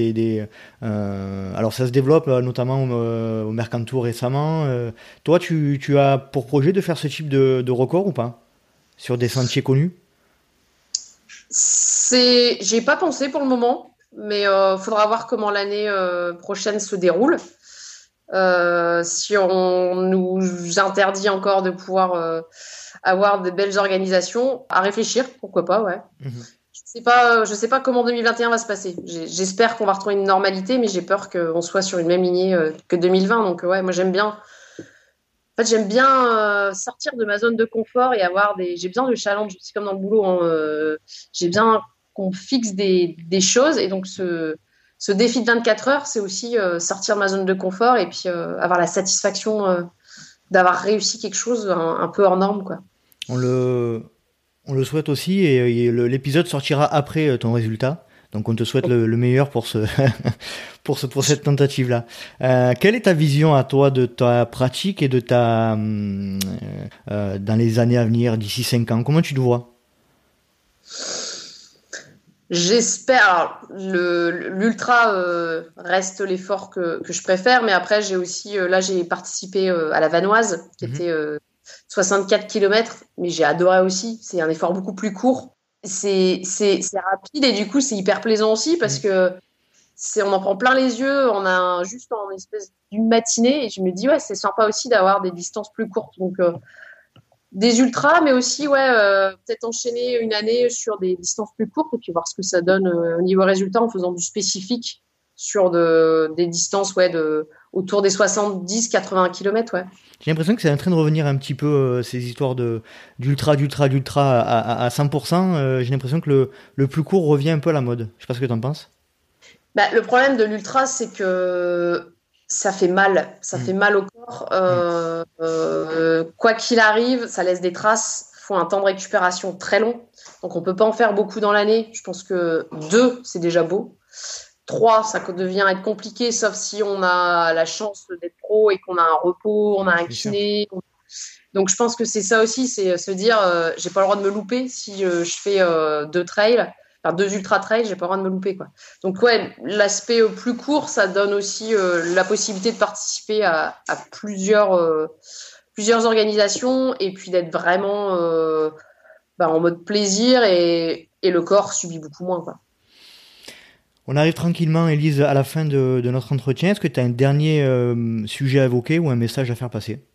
alors ça se développe notamment au Mercantour récemment. Toi, tu as pour projet de faire ce type de record ou pas sur des sentiers connus? J'ai pas pensé pour le moment, mais faudra voir comment l'année prochaine se déroule. Si on nous interdit encore de pouvoir avoir de belles organisations, à réfléchir, pourquoi pas, ouais. Je sais pas comment 2021 va se passer. J'espère qu'on va retrouver une normalité, mais j'ai peur qu'on soit sur une même lignée que 2020. Donc ouais, moi j'aime bien. En fait, j'aime bien sortir de ma zone de confort et j'ai besoin de challenge, c'est comme dans le boulot. Hein, j'ai bien qu'on fixe des choses et donc ce défi de 24 heures, c'est aussi sortir de ma zone de confort et puis avoir la satisfaction d'avoir réussi quelque chose un peu hors norme, quoi. On le souhaite aussi et l'épisode sortira après ton résultat. Donc on te souhaite le meilleur pour pour cette tentative-là. Quelle est ta vision à toi de ta pratique et de dans les années à venir, d'ici 5 ans? Comment tu te vois? J'espère. L'ultra reste l'effort que je préfère, mais après j'ai aussi là j'ai participé à la Vanoise qui était 64 km, mais j'ai adoré aussi. C'est un effort beaucoup plus court. C'est rapide et du coup c'est hyper plaisant aussi parce que on en prend plein les yeux. On a juste en espèce d'une matinée et je me dis ouais c'est sympa aussi d'avoir des distances plus courtes. Donc des ultras, mais aussi peut-être enchaîner une année sur des distances plus courtes et puis voir ce que ça donne au niveau résultat en faisant du spécifique sur des distances autour des 70-80 km. Ouais. J'ai l'impression que c'est en train de revenir un petit peu ces histoires d'ultra à 100%. J'ai l'impression que le plus court revient un peu à la mode. Je sais pas ce que tu en penses. Le problème de l'ultra, c'est que ça fait mal. Ça fait mal au corps. Quoi qu'il arrive, ça laisse des traces. Il faut un temps de récupération très long. Donc, on ne peut pas en faire beaucoup dans l'année. Je pense que 2, c'est déjà beau. 3, ça devient être compliqué, sauf si on a la chance d'être pro et qu'on a un repos, on a un kiné. Donc, je pense que c'est ça aussi, c'est se dire, j'ai pas le droit de me louper si je fais 2 trails. Enfin, 2 ultra trails, j'ai pas le droit de me louper, quoi. Donc ouais, l'aspect plus court, ça donne aussi la possibilité de participer à plusieurs organisations et puis d'être vraiment en mode plaisir et le corps subit beaucoup moins, quoi. On arrive tranquillement, Élise, à la fin de notre entretien. Est-ce que tu as un dernier sujet à évoquer ou un message à faire passer?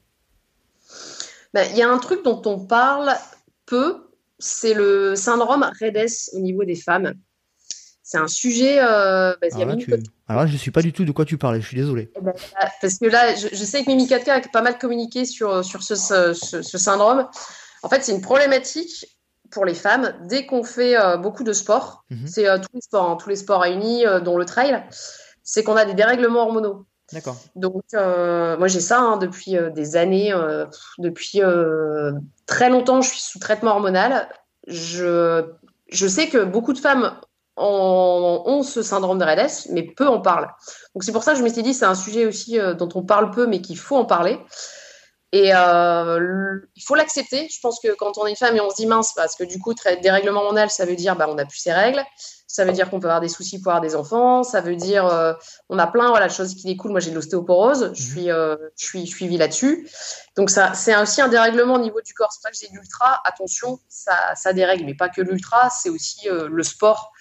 Il y a un truc dont on parle peu, c'est le syndrome RED-S au niveau des femmes. C'est un sujet. Alors là, je ne sais pas du tout de quoi tu parlais, je suis désolé. Parce que là, je sais que Mimi 4K a pas mal communiqué sur ce syndrome. En fait, c'est une problématique pour les femmes dès qu'on fait beaucoup de sport. C'est tous les sports réunis, dont le trail. C'est qu'on a des dérèglements hormonaux. D'accord. Donc, moi, j'ai ça depuis des années. Depuis très longtemps, je suis sous traitement hormonal. Je sais que beaucoup de femmes ont ce syndrome de RED-S, mais peu en parlent. Donc, c'est pour ça que je m'étais dit c'est un sujet aussi dont on parle peu, mais qu'il faut en parler. Et il faut l'accepter. Je pense que quand on est une femme et on se dit mince, parce que du coup, dérèglement hormonal, ça veut dire on n'a plus ses règles. Ça veut dire qu'on peut avoir des soucis pour avoir des enfants. Ça veut dire on a plein de choses qui découlent. Moi, j'ai de l'ostéoporose. Je suis suivie là-dessus. Donc, ça, c'est aussi un dérèglement au niveau du corps. C'est pas que j'ai l'ultra. Attention, ça dérègle. Mais pas que l'ultra. C'est aussi le sport.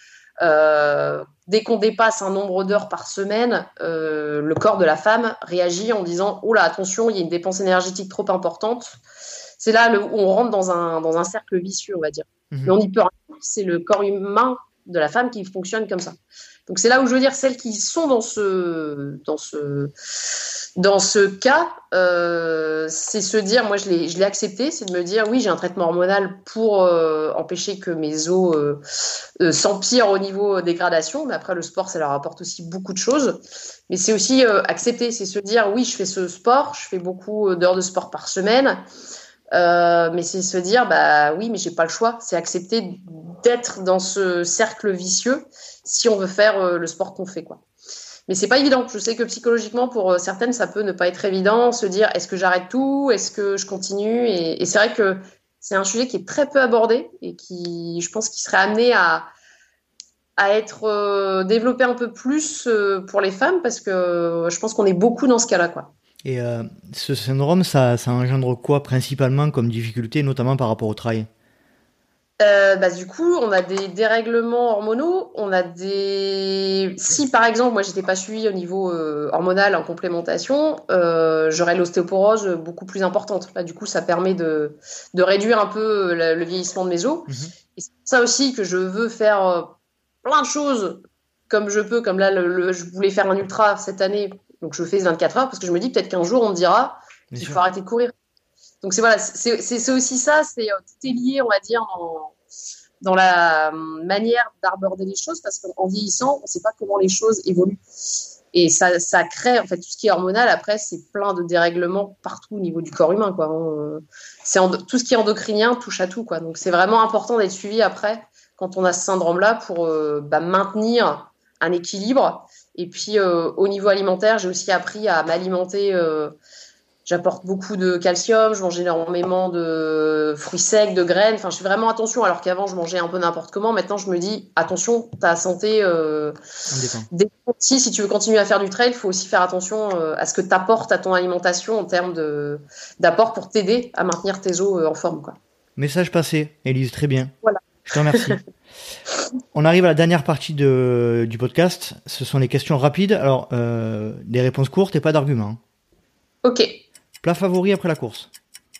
Dès qu'on dépasse un nombre d'heures par semaine, le corps de la femme réagit en disant « Oh là, attention, il y a une dépense énergétique trop importante ». C'est là où on rentre dans un cercle vicieux, on va dire. Mais on n'y peut rien. C'est le corps humain de la femme qui fonctionne comme ça. Donc c'est là où je veux dire, celles qui sont dans ce cas, c'est se dire, moi je l'ai accepté, c'est de me dire oui, j'ai un traitement hormonal pour empêcher que mes os s'empirent au niveau dégradation, mais après le sport, ça leur apporte aussi beaucoup de choses. Mais c'est aussi accepter, c'est se dire oui, je fais ce sport, je fais beaucoup d'heures de sport par semaine. Mais c'est se dire oui, mais j'ai pas le choix, c'est accepter d'être dans ce cercle vicieux si on veut faire le sport qu'on fait, quoi. Mais c'est pas évident. Je sais que psychologiquement pour certaines ça peut ne pas être évident, se dire est-ce que j'arrête tout, est-ce que je continue, et c'est vrai que c'est un sujet qui est très peu abordé et qui, je pense, qui serait amené à être développé un peu plus pour les femmes, parce que je pense qu'on est beaucoup dans ce cas-là, quoi. Et ce syndrome, ça engendre quoi principalement comme difficulté, notamment par rapport au trail? Du coup, on a des dérèglements hormonaux, si par exemple, moi j'étais pas suivie au niveau hormonal en complémentation, j'aurais l'ostéoporose beaucoup plus importante. Là, du coup, ça permet de réduire un peu le vieillissement de mes os. Et c'est pour ça aussi que je veux faire plein de choses comme je peux, comme là, je voulais faire un ultra cette année. Donc, je fais 24 heures parce que je me dis peut-être qu'un jour, on me dira qu'il faut arrêter de courir. Donc, c'est aussi ça, tout est lié, on va dire, dans la manière d'aborder les choses, parce qu'en vieillissant, on ne sait pas comment les choses évoluent. Et ça crée, en fait, tout ce qui est hormonal, après, c'est plein de dérèglements partout au niveau du corps humain, quoi. Tout ce qui est endocrinien touche à tout, quoi. Donc, c'est vraiment important d'être suivi après, quand on a ce syndrome-là, pour maintenir un équilibre. Et puis, au niveau alimentaire, j'ai aussi appris à m'alimenter. J'apporte beaucoup de calcium, je mange énormément de fruits secs, de graines. Enfin, je fais vraiment attention, alors qu'avant, je mangeais un peu n'importe comment. Maintenant, je me dis, attention, ta santé dépend. Si tu veux continuer à faire du trail, il faut aussi faire attention à ce que tu apportes à ton alimentation en termes d'apport pour t'aider à maintenir tes os en forme, quoi. Message passé, Élise, très bien. Voilà. Je te remercie. On arrive à la dernière partie du podcast. Ce sont les questions rapides. Alors, des réponses courtes et pas d'arguments. Ok. Plat favori après la course?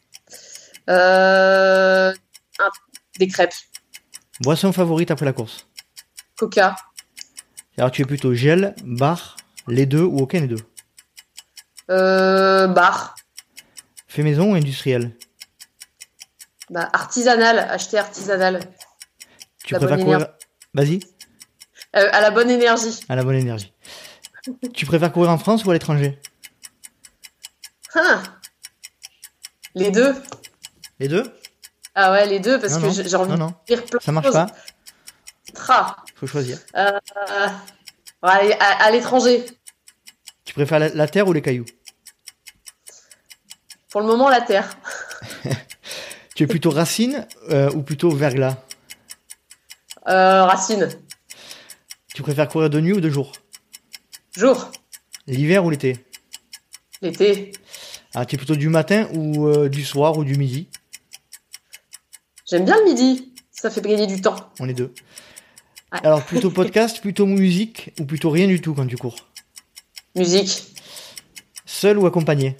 Des crêpes. Boisson favorite après la course? Coca. Alors, tu es plutôt gel, bar, les deux ou aucun des deux? Bar. Fait maison ou industriel? Artisanal. Acheter artisanal. Tu préfères courir? Vas-y. À la bonne énergie. À la bonne énergie. Tu préfères courir en France ou à l'étranger? Ah, les deux. Les deux? Ah ouais, les deux, parce Non, que non. j'ai envie Non, de dire plein ça de marche choses. pas. Ah, Faut choisir. ouais, à l'étranger. Tu préfères la terre ou les cailloux? Pour le moment, la terre. Tu es plutôt racine ou plutôt verglas? Racine. Tu préfères courir de nuit ou de jour? Jour. L'hiver ou l'été? L'été. Ah, tu es plutôt du matin ou du soir ou du midi? J'aime bien le midi. Ça fait gagner du temps. On est deux. Ouais. Alors, plutôt podcast, plutôt musique ou plutôt rien du tout quand tu cours? Musique. Seul ou accompagné?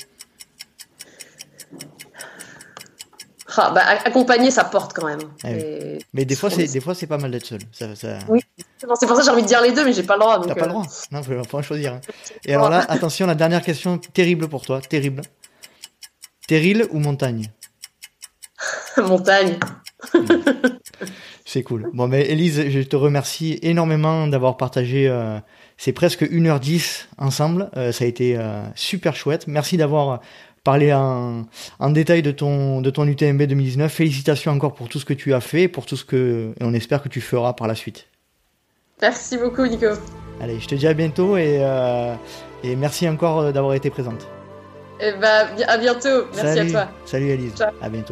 Ah, bah, accompagner, ça porte quand même. Ah oui. Mais des fois, c'est pas mal d'être seul. Oui, c'est pour ça que j'ai envie de dire les deux, mais j'ai pas le droit. T'as pas le droit. Non, faut en choisir. Hein. Et alors là, attention, la dernière question terrible pour toi. Terrible. Terril ou montagne? Montagne. C'est cool. Bon, mais Élise, je te remercie énormément d'avoir partagé ces presque 1h10 ensemble. Ça a été super chouette. Merci d'avoir parlé en détail de ton UTMB 2019. Félicitations encore pour tout ce que tu as fait, pour tout ce que et on espère que tu feras par la suite. Merci beaucoup, Nico. Allez, je te dis à bientôt et merci encore d'avoir été présente. Et bah, à bientôt. Merci à toi. Salut Élise. Ciao. À bientôt.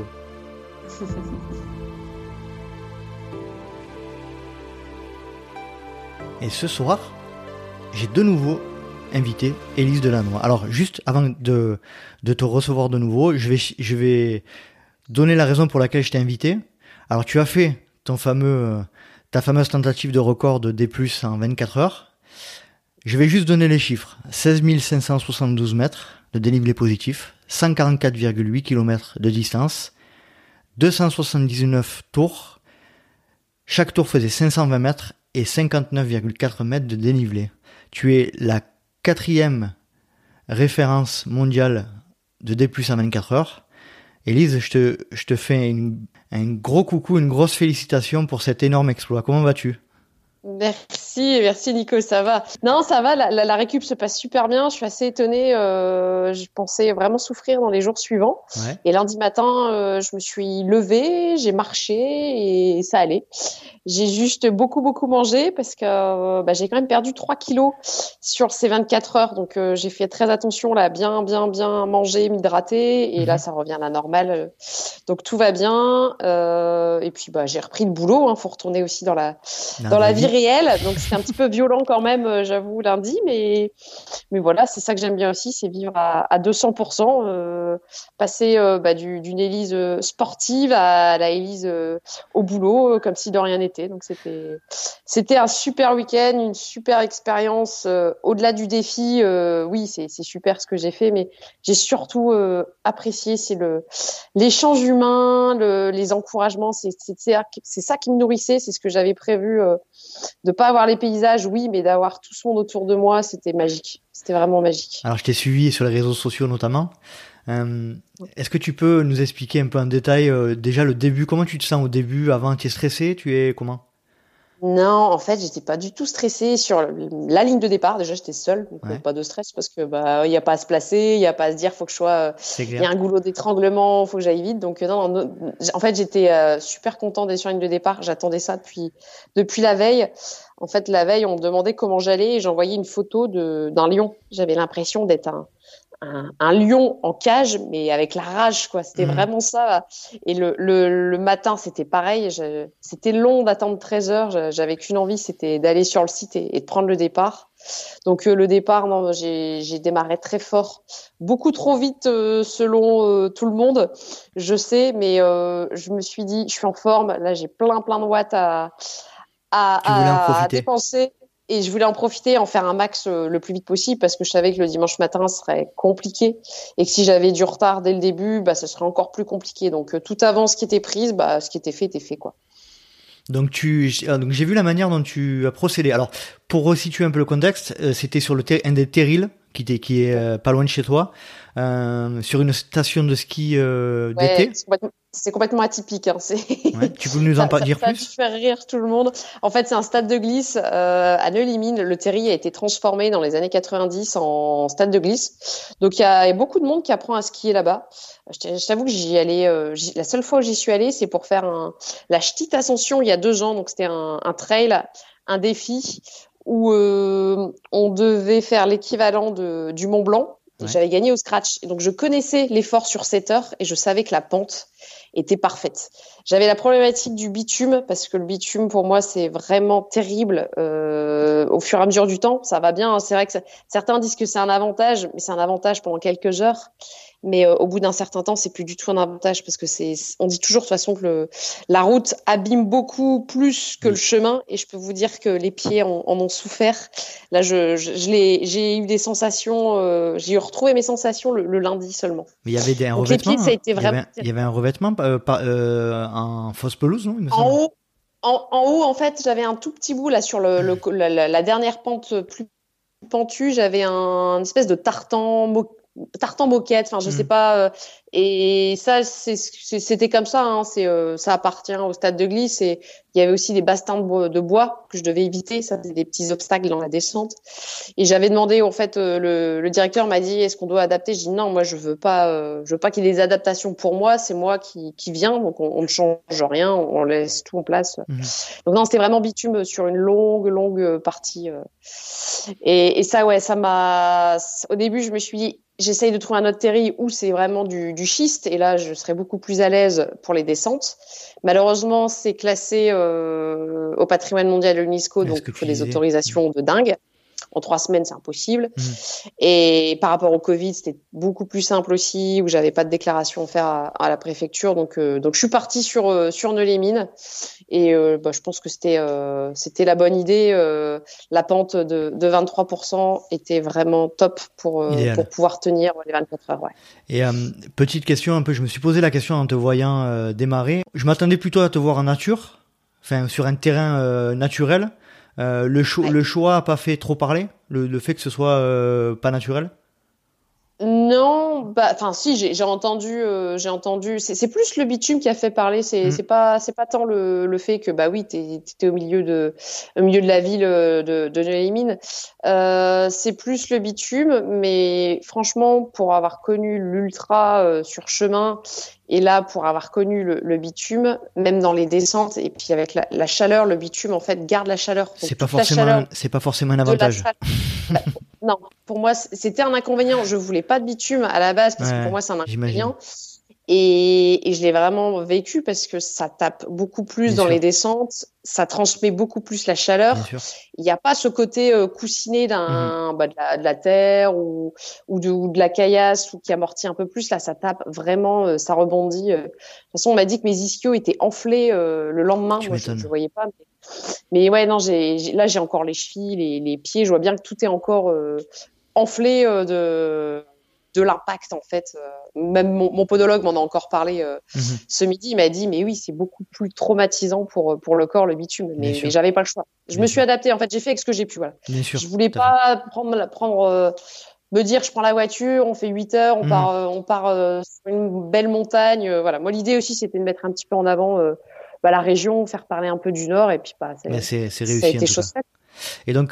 Et ce soir, j'ai de nouveau invité Élise Delannoy. Alors, juste avant de te recevoir de nouveau, je vais donner la raison pour laquelle je t'ai invité. Alors, tu as fait ta fameuse tentative de record de D+, en 24 heures. Je vais juste donner les chiffres. 16 572 mètres de dénivelé positif, 144,8 km de distance, 279 tours. Chaque tour faisait 520 mètres et 59,4 mètres de dénivelé. Tu es la 4e référence mondiale de D+, en 24 heures. Élise, je te fais un gros coucou, une grosse félicitation pour cet énorme exploit. Comment vas-tu ? Merci Nico, ça va. Non, ça va, la récup se passe super bien. Je suis assez étonnée. Je pensais vraiment souffrir dans les jours suivants. Ouais. Et lundi matin, je me suis levée, j'ai marché et ça allait. J'ai juste beaucoup mangé parce que j'ai quand même perdu 3 kilos sur ces 24 heures. Donc, j'ai fait très attention là, bien manger, m'hydrater. Et là, ça revient à la normale. Donc, tout va bien. Et puis, j'ai repris le boulot. Faut retourner aussi dans la vie réelle. Donc, c'était un petit peu violent quand même, j'avoue, lundi. Mais voilà, c'est ça que j'aime bien aussi, c'est vivre à 200%. Passer d'une Élise sportive à la Élise au boulot, comme si de rien n'était. Donc c'était un super week-end, une super expérience. Au-delà du défi, oui, c'est super ce que j'ai fait, mais j'ai surtout apprécié, c'est l'échange humain, les encouragements. C'est ça qui me nourrissait, c'est ce que j'avais prévu. De pas avoir les paysages, oui, mais d'avoir tout ce monde autour de moi, c'était magique. C'était vraiment magique. Alors, je t'ai suivi sur les réseaux sociaux notamment. Est-ce que tu peux nous expliquer un peu en détail déjà le début? Comment tu te sens au début? Avant, tu es stressé? Tu es comment? Non, en fait, j'étais pas du tout stressée sur la ligne de départ. Déjà, j'étais seule, donc pas de stress parce que il y a pas à se placer, il y a pas à se dire faut que je sois. Il y a un goulot d'étranglement, faut que j'aille vite. Donc non, en fait, j'étais super contente d'être sur la ligne de départ. J'attendais ça depuis la veille. En fait, la veille, on me demandait comment j'allais et j'envoyais une photo d'un lion. J'avais l'impression d'être un lion en cage, mais avec la rage, quoi. C'était vraiment ça. Et le matin, c'était pareil. C'était long d'attendre 13 heures. J'avais qu'une envie, c'était d'aller sur le site et de prendre le départ. Donc, le départ, non, j'ai démarré très fort. Beaucoup trop vite, selon tout le monde. Je sais, mais je me suis dit, je suis en forme. Là, j'ai plein de watts à dépenser. Et je voulais en profiter, en faire un max le plus vite possible parce que je savais que le dimanche matin serait compliqué et que si j'avais du retard dès le début, ce serait encore plus compliqué. Donc, toute avance qui était prise, ce qui était fait, quoi. Donc j'ai vu la manière dont tu as procédé. Alors, pour resituer un peu le contexte, c'était sur un des terrils qui est pas loin de chez toi, sur une station de ski d'été. C'est complètement atypique. Hein. Ouais, tu peux nous en dire plus? Ça fait rire tout le monde. En fait, c'est un stade de glisse à Neuilly-Mines. Le terri a été transformé dans les années 90 en stade de glisse. Donc, il y a beaucoup de monde qui apprend à skier là-bas. Je t'avoue que j'y allais. La seule fois où j'y suis allée, c'est pour faire la Ch'tite Ascension il y a 2 ans. Donc, c'était un trail, un défi où on devait faire l'équivalent du Mont Blanc. Ouais. J'avais gagné au scratch. Et donc, je connaissais l'effort sur 7 heures et je savais que la pente était parfaite. J'avais la problématique du bitume parce que le bitume, pour moi, c'est vraiment terrible. Au fur et à mesure du temps, ça va bien. C'est vrai que certains disent que c'est un avantage, mais c'est un avantage pendant quelques heures. Mais au bout d'un certain temps, c'est plus du tout un avantage parce que on dit toujours de toute façon que la route abîme beaucoup plus que le chemin. Et je peux vous dire que les pieds en ont souffert. Là, j'ai eu des sensations. J'ai retrouvé mes sensations le lundi seulement. Mais il y avait un revêtement. Les pieds, ça a été vraiment. Il y avait un revêtement en fausse pelouse, non? En haut, en fait, j'avais un tout petit bout là sur la dernière pente plus pentue. J'avais une espèce de tartan moquette, enfin je sais pas, et ça c'était comme ça, hein, ça appartient au stade de glisse. Et il y avait aussi des bastins de bois que je devais éviter, ça c'était des petits obstacles dans la descente. Et j'avais demandé, en fait, le directeur m'a dit est-ce qu'on doit adapter. Je dis non, moi je veux pas qu'il y ait des adaptations pour moi, c'est moi qui viens, donc on ne change rien, on laisse tout en place. Donc non, c'était vraiment bitume sur une longue partie, et ça, ouais, ça m'a, au début je me suis dit j'essaye de trouver un autre terri où c'est vraiment du schiste, et là je serais beaucoup plus à l'aise pour les descentes. Malheureusement, c'est classé au patrimoine mondial de l'UNESCO, donc il faut des autorisations de dingue. En 3 semaines, c'est impossible. Et par rapport au Covid, c'était beaucoup plus simple aussi, où j'avais pas de déclaration à faire à la préfecture. Donc je suis partie sur Neuilly-Mines. Et je pense que c'était la bonne idée. La pente de 23% était vraiment top pour pouvoir tenir les 24 heures. Ouais. Et petite question un peu, je me suis posé la question en te voyant démarrer. Je m'attendais plutôt à te voir en nature, enfin sur un terrain naturel. Le choix a pas fait trop parler, le fait que ce soit pas naturel? Non, enfin si, j'ai entendu, c'est plus le bitume qui a fait parler, c'est pas tant le fait que oui, t'étais au milieu de la ville de Neuilly-Mines. C'est plus le bitume, mais franchement, pour avoir connu l'ultra sur chemin, et là pour avoir connu le bitume, même dans les descentes, et puis avec la chaleur, le bitume en fait garde la chaleur. C'est pas forcément un avantage. Non, pour moi, c'était un inconvénient. Je voulais pas de bitume à la base parce que pour moi, c'est un inconvénient. Et je l'ai vraiment vécu parce que ça tape beaucoup plus dans les descentes, ça transmet beaucoup plus la chaleur. Il n'y a pas ce côté coussiné de la terre ou de la caillasse ou qui amortit un peu plus. Là, ça tape vraiment, ça rebondit. De toute façon, on m'a dit que mes ischios étaient enflés le lendemain. Moi, je voyais pas. Mais ouais, non, là, j'ai encore les chevilles, les pieds. Je vois bien que tout est encore enflé de l'impact, en fait. Même mon podologue m'en a encore parlé ce midi. Il m'a dit, mais oui, c'est beaucoup plus traumatisant pour le corps, le bitume. Mais j'avais pas le choix. Je me suis adaptée. En fait, j'ai fait avec ce que j'ai pu. Voilà. Je voulais pas me dire, je prends la voiture, on fait 8 heures, on part sur une belle montagne. Voilà. Moi, l'idée aussi, c'était de mettre un petit peu en avant la région, faire parler un peu du Nord. Et puis, c'est réussi, ça a été chose faite. Et donc,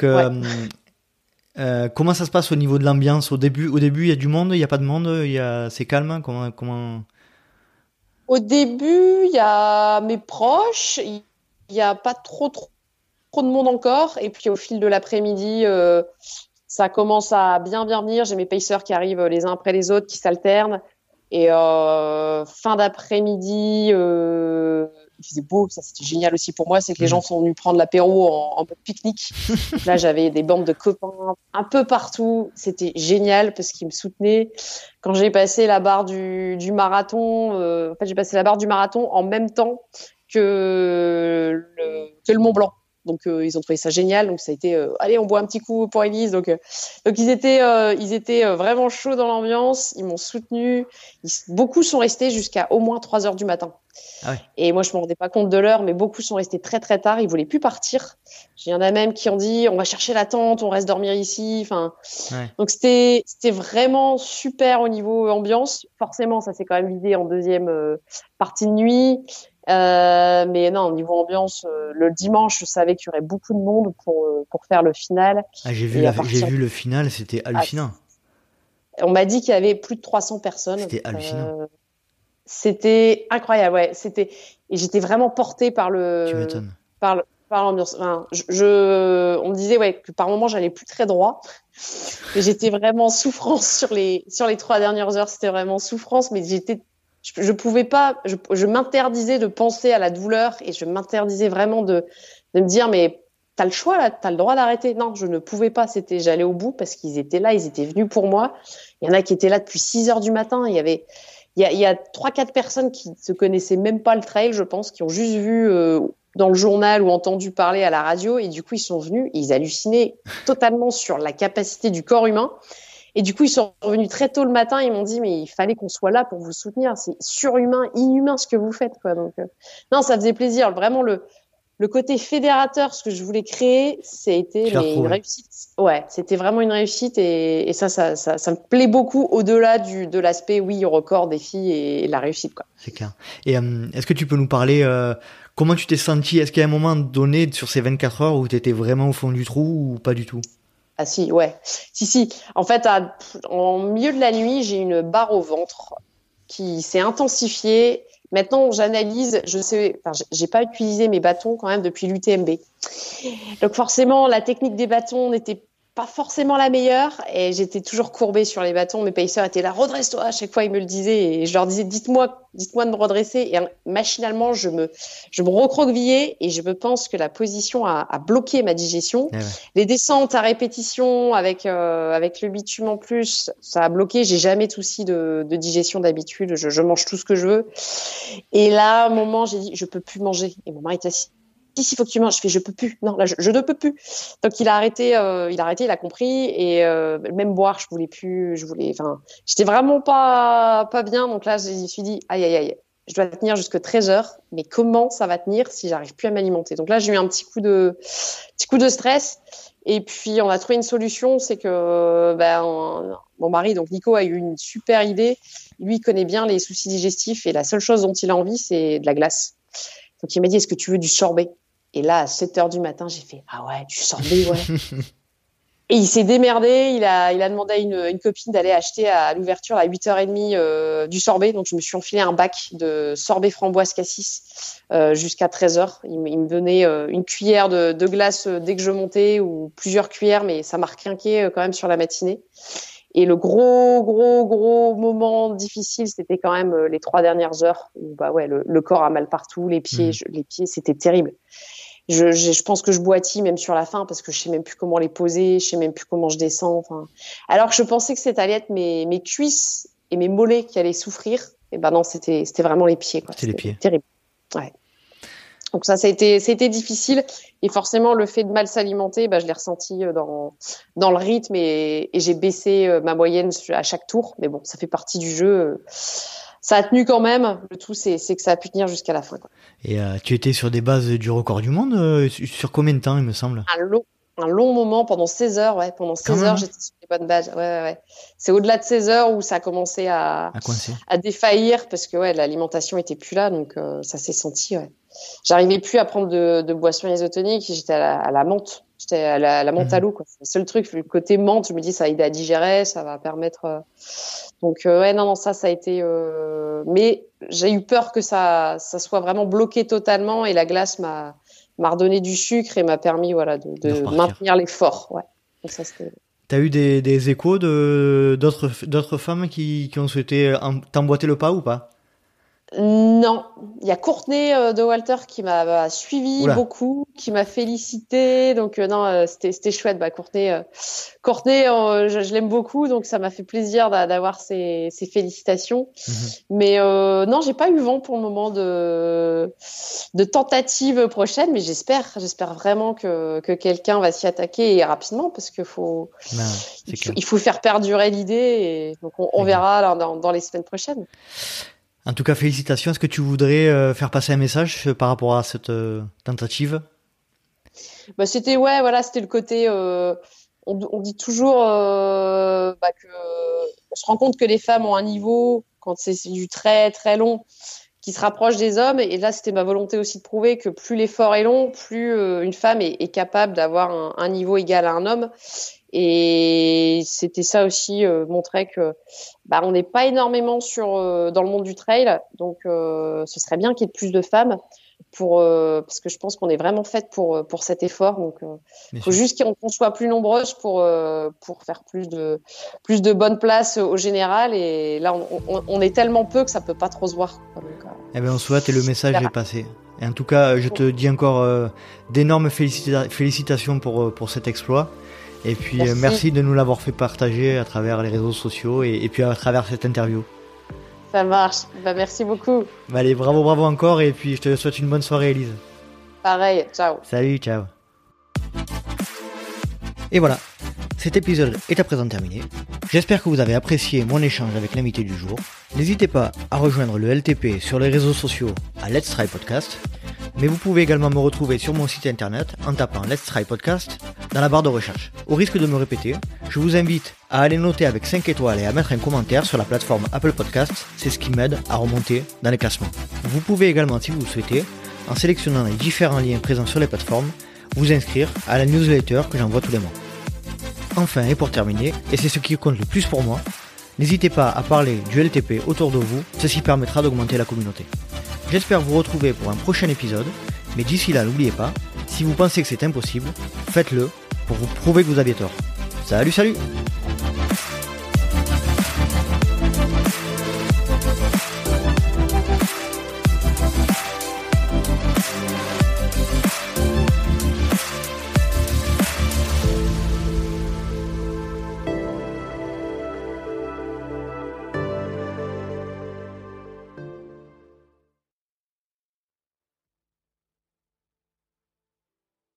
comment ça se passe au niveau de l'ambiance au début, il y a du monde, il y a pas de monde, c'est calme. Comment Au début, il y a mes proches, il y a pas trop de monde encore, et puis au fil de l'après-midi, ça commence à bien venir. J'ai mes pacers qui arrivent les uns après les autres, qui s'alternent, et fin d'après-midi. Il faisait beau, ça c'était génial aussi pour moi, c'est que les gens sont venus prendre l'apéro en mode pique-nique. Là, j'avais des bandes de copains un peu partout, c'était génial parce qu'ils me soutenaient. Quand j'ai passé la barre du marathon, j'ai passé la barre du marathon en même temps que le Mont Blanc. Donc ils ont trouvé ça génial. Donc ça a été allez, on boit un petit coup pour Élise. Donc ils étaient vraiment chauds dans l'ambiance. Ils m'ont soutenu. Beaucoup sont restés jusqu'à au moins 3 heures du matin. Ah ouais. Et moi je me rendais pas compte de l'heure, mais beaucoup sont restés très très tard. Ils voulaient plus partir. Il y en a même qui ont dit on va chercher la tente, on reste dormir ici. Enfin, Ouais. donc c'était vraiment super au niveau ambiance. Forcément, ça s'est quand même vidé en deuxième partie de nuit. Mais non, au niveau ambiance, le dimanche, je savais qu'il y aurait beaucoup de monde pour faire le final. Ah, j'ai vu le final, c'était hallucinant. On m'a dit qu'il y avait plus de 300 personnes. C'était hallucinant. C'était incroyable, ouais. Et j'étais vraiment portée par Tu m'étonnes. par l'ambiance. Enfin, on me disait, ouais, que par moments, j'allais plus très droit. Mais j'étais vraiment en souffrance sur les 3 dernières heures. C'était vraiment souffrance, mais je pouvais pas, je m'interdisais de penser à la douleur et je m'interdisais vraiment de me dire, mais t'as le choix là, t'as le droit d'arrêter. Non, je ne pouvais pas. J'allais au bout parce qu'ils étaient là, ils étaient venus pour moi. Il y en a qui étaient là depuis 6 heures du matin. Il y a 3-4 personnes qui se connaissaient même pas le trail, je pense, qui ont juste vu dans le journal ou entendu parler à la radio et du coup ils sont venus, et ils hallucinaient totalement sur la capacité du corps humain. Et du coup, ils sont revenus très tôt le matin. Ils m'ont dit, mais il fallait qu'on soit là pour vous soutenir. C'est surhumain, inhumain ce que vous faites, quoi. Donc, non, ça faisait plaisir. Vraiment, le côté fédérateur, ce que je voulais créer, c'était une réussite. Ouais, c'était vraiment une réussite et ça me plaît beaucoup au-delà de l'aspect, oui, record, défi et la réussite, quoi. C'est clair. Et est-ce que tu peux nous parler comment tu t'es senti? Est-ce qu'il y a un moment donné sur ces 24 heures où tu étais vraiment au fond du trou ou pas du tout? Ah si, ouais. Si. En fait, en milieu de la nuit, j'ai une barre au ventre qui s'est intensifiée. Maintenant, j'analyse, j'ai pas utilisé mes bâtons quand même depuis l'UTMB. Donc forcément, la technique des bâtons n'était pas forcément la meilleure et j'étais toujours courbée sur les bâtons. Mes pacers étaient là, redresse-toi. À chaque fois, ils me le disaient et je leur disais, dites-moi de me redresser. Et machinalement, je me recroquevillais et je me pense que la position a bloqué ma digestion. Ouais. Les descentes à répétition avec le bitume en plus, ça a bloqué. J'ai jamais de souci de digestion d'habitude. Je mange tout ce que je veux. Et là, à un moment, j'ai dit, je peux plus manger. Et mon mari était assis. Si, faut que tu manges. Je fais, je peux plus. Non, là, je ne peux plus. Donc, il a arrêté, il a compris. Et même boire, je voulais plus. J'étais vraiment pas bien. Donc là, je me suis dit, aïe, je dois tenir jusque 13 heures. Mais comment ça va tenir si j'arrive plus à m'alimenter? Donc là, j'ai eu un petit coup de stress. Et puis, on a trouvé une solution. C'est que mon mari, donc Nico, a eu une super idée. Lui, il connaît bien les soucis digestifs. Et la seule chose dont il a envie, c'est de la glace. Donc, il m'a dit, est-ce que tu veux du sorbet? Et là, à 7 heures du matin, j'ai fait, ah ouais, du sorbet, ouais. Et il s'est démerdé. Il a demandé à une copine d'aller acheter à l'ouverture à 8h30 du sorbet. Donc, je me suis enfilé un bac de sorbet framboise cassis jusqu'à 13h. Il me donnait une cuillère de glace dès que je montais ou plusieurs cuillères, mais ça m'a requinqué quand même sur la matinée. Et le gros moment difficile, c'était quand même les 3 dernières heures où le corps a mal partout, les pieds, c'était terrible. Je pense que je boitille même sur la fin parce que je sais même plus comment les poser, je sais même plus comment je descends. Enfin, alors que je pensais que c'était allait être mes cuisses et mes mollets qui allaient souffrir. Et ben non, c'était vraiment les pieds, quoi. C'était les pieds. Terrible. Ouais. Donc ça a été difficile et forcément le fait de mal s'alimenter, je l'ai ressenti dans le rythme et j'ai baissé ma moyenne à chaque tour. Mais bon, ça fait partie du jeu. Ça a tenu quand même. Le tout, c'est que ça a pu tenir jusqu'à la fin, quoi. Et tu étais sur des bases du record du monde sur combien de temps, il me semble? Un long moment, pendant 16 heures, ouais. Pendant 16 heures, j'étais sur les bonnes bases. Ouais. C'est au-delà de 16 heures où ça a commencé à défaillir parce que l'alimentation était plus là, donc ça s'est senti, ouais. J'arrivais plus à prendre de boissons isotoniques, j'étais à la menthe. J'étais à la menthe à l'eau, quoi. C'est le seul truc, le côté menthe, je me dis ça va aider à digérer, ça va permettre. Donc non, ça a été. Mais j'ai eu peur que ça soit vraiment bloqué totalement et la glace m'a redonné du sucre et m'a permis de maintenir l'effort. Ouais. Donc ça c'était. T'as eu des échos d'autres femmes qui ont souhaité t'emboîter le pas ou pas? Non, il y a Courtney de Walter qui m'a suivi Oula. beaucoup, qui m'a félicité. Donc non, c'était chouette. Courtney, je l'aime beaucoup, donc ça m'a fait plaisir d'avoir ses félicitations. Mais non, j'ai pas eu vent pour le moment de tentative prochaine, mais j'espère vraiment que quelqu'un va s'y attaquer et rapidement parce qu'il faut il faut faire perdurer l'idée. Et donc on verra là, dans les semaines prochaines. En tout cas, félicitations. Est-ce que tu voudrais faire passer un message par rapport à cette tentative ? C'était le côté. On dit toujours que on se rend compte que les femmes ont un niveau quand c'est du très très long qui se rapproche des hommes. Et là, c'était ma volonté aussi de prouver que plus l'effort est long, plus une femme est capable d'avoir un niveau égal à un homme. Et c'était ça aussi, montrer que on n'est pas énormément dans le monde du trail, donc ce serait bien qu'il y ait plus de femmes parce que je pense qu'on est vraiment faites pour cet effort. Donc il faut juste qu'on soit plus nombreuses pour faire plus de bonnes places au général. Et là, on est tellement peu que ça peut pas trop se voir. Donc, on souhaite et le message est passé. Et en tout cas, je te dis encore d'énormes félicitations pour cet exploit. Et puis merci de nous l'avoir fait partager à travers les réseaux sociaux et puis à travers cette interview. Ça marche. Merci beaucoup. Allez, bravo encore et puis je te souhaite une bonne soirée, Élise. Pareil, ciao. Salut, ciao. Et voilà, cet épisode est à présent terminé. J'espère que vous avez apprécié mon échange avec l'invité du jour. N'hésitez pas à rejoindre le LTP sur les réseaux sociaux à Let's Try Podcast. Mais vous pouvez également me retrouver sur mon site internet en tapant Let's Try Podcast dans la barre de recherche. Au risque de me répéter, je vous invite à aller noter avec 5 étoiles et à mettre un commentaire sur la plateforme Apple Podcasts, c'est ce qui m'aide à remonter dans les classements. Vous pouvez également, si vous le souhaitez, en sélectionnant les différents liens présents sur les plateformes, vous inscrire à la newsletter que j'envoie tous les mois. Enfin, et pour terminer, et c'est ce qui compte le plus pour moi, n'hésitez pas à parler du LTP autour de vous, ceci permettra d'augmenter la communauté. J'espère vous retrouver pour un prochain épisode, mais d'ici là, n'oubliez pas, si vous pensez que c'est impossible, faites-le pour vous prouver que vous aviez tort. Salut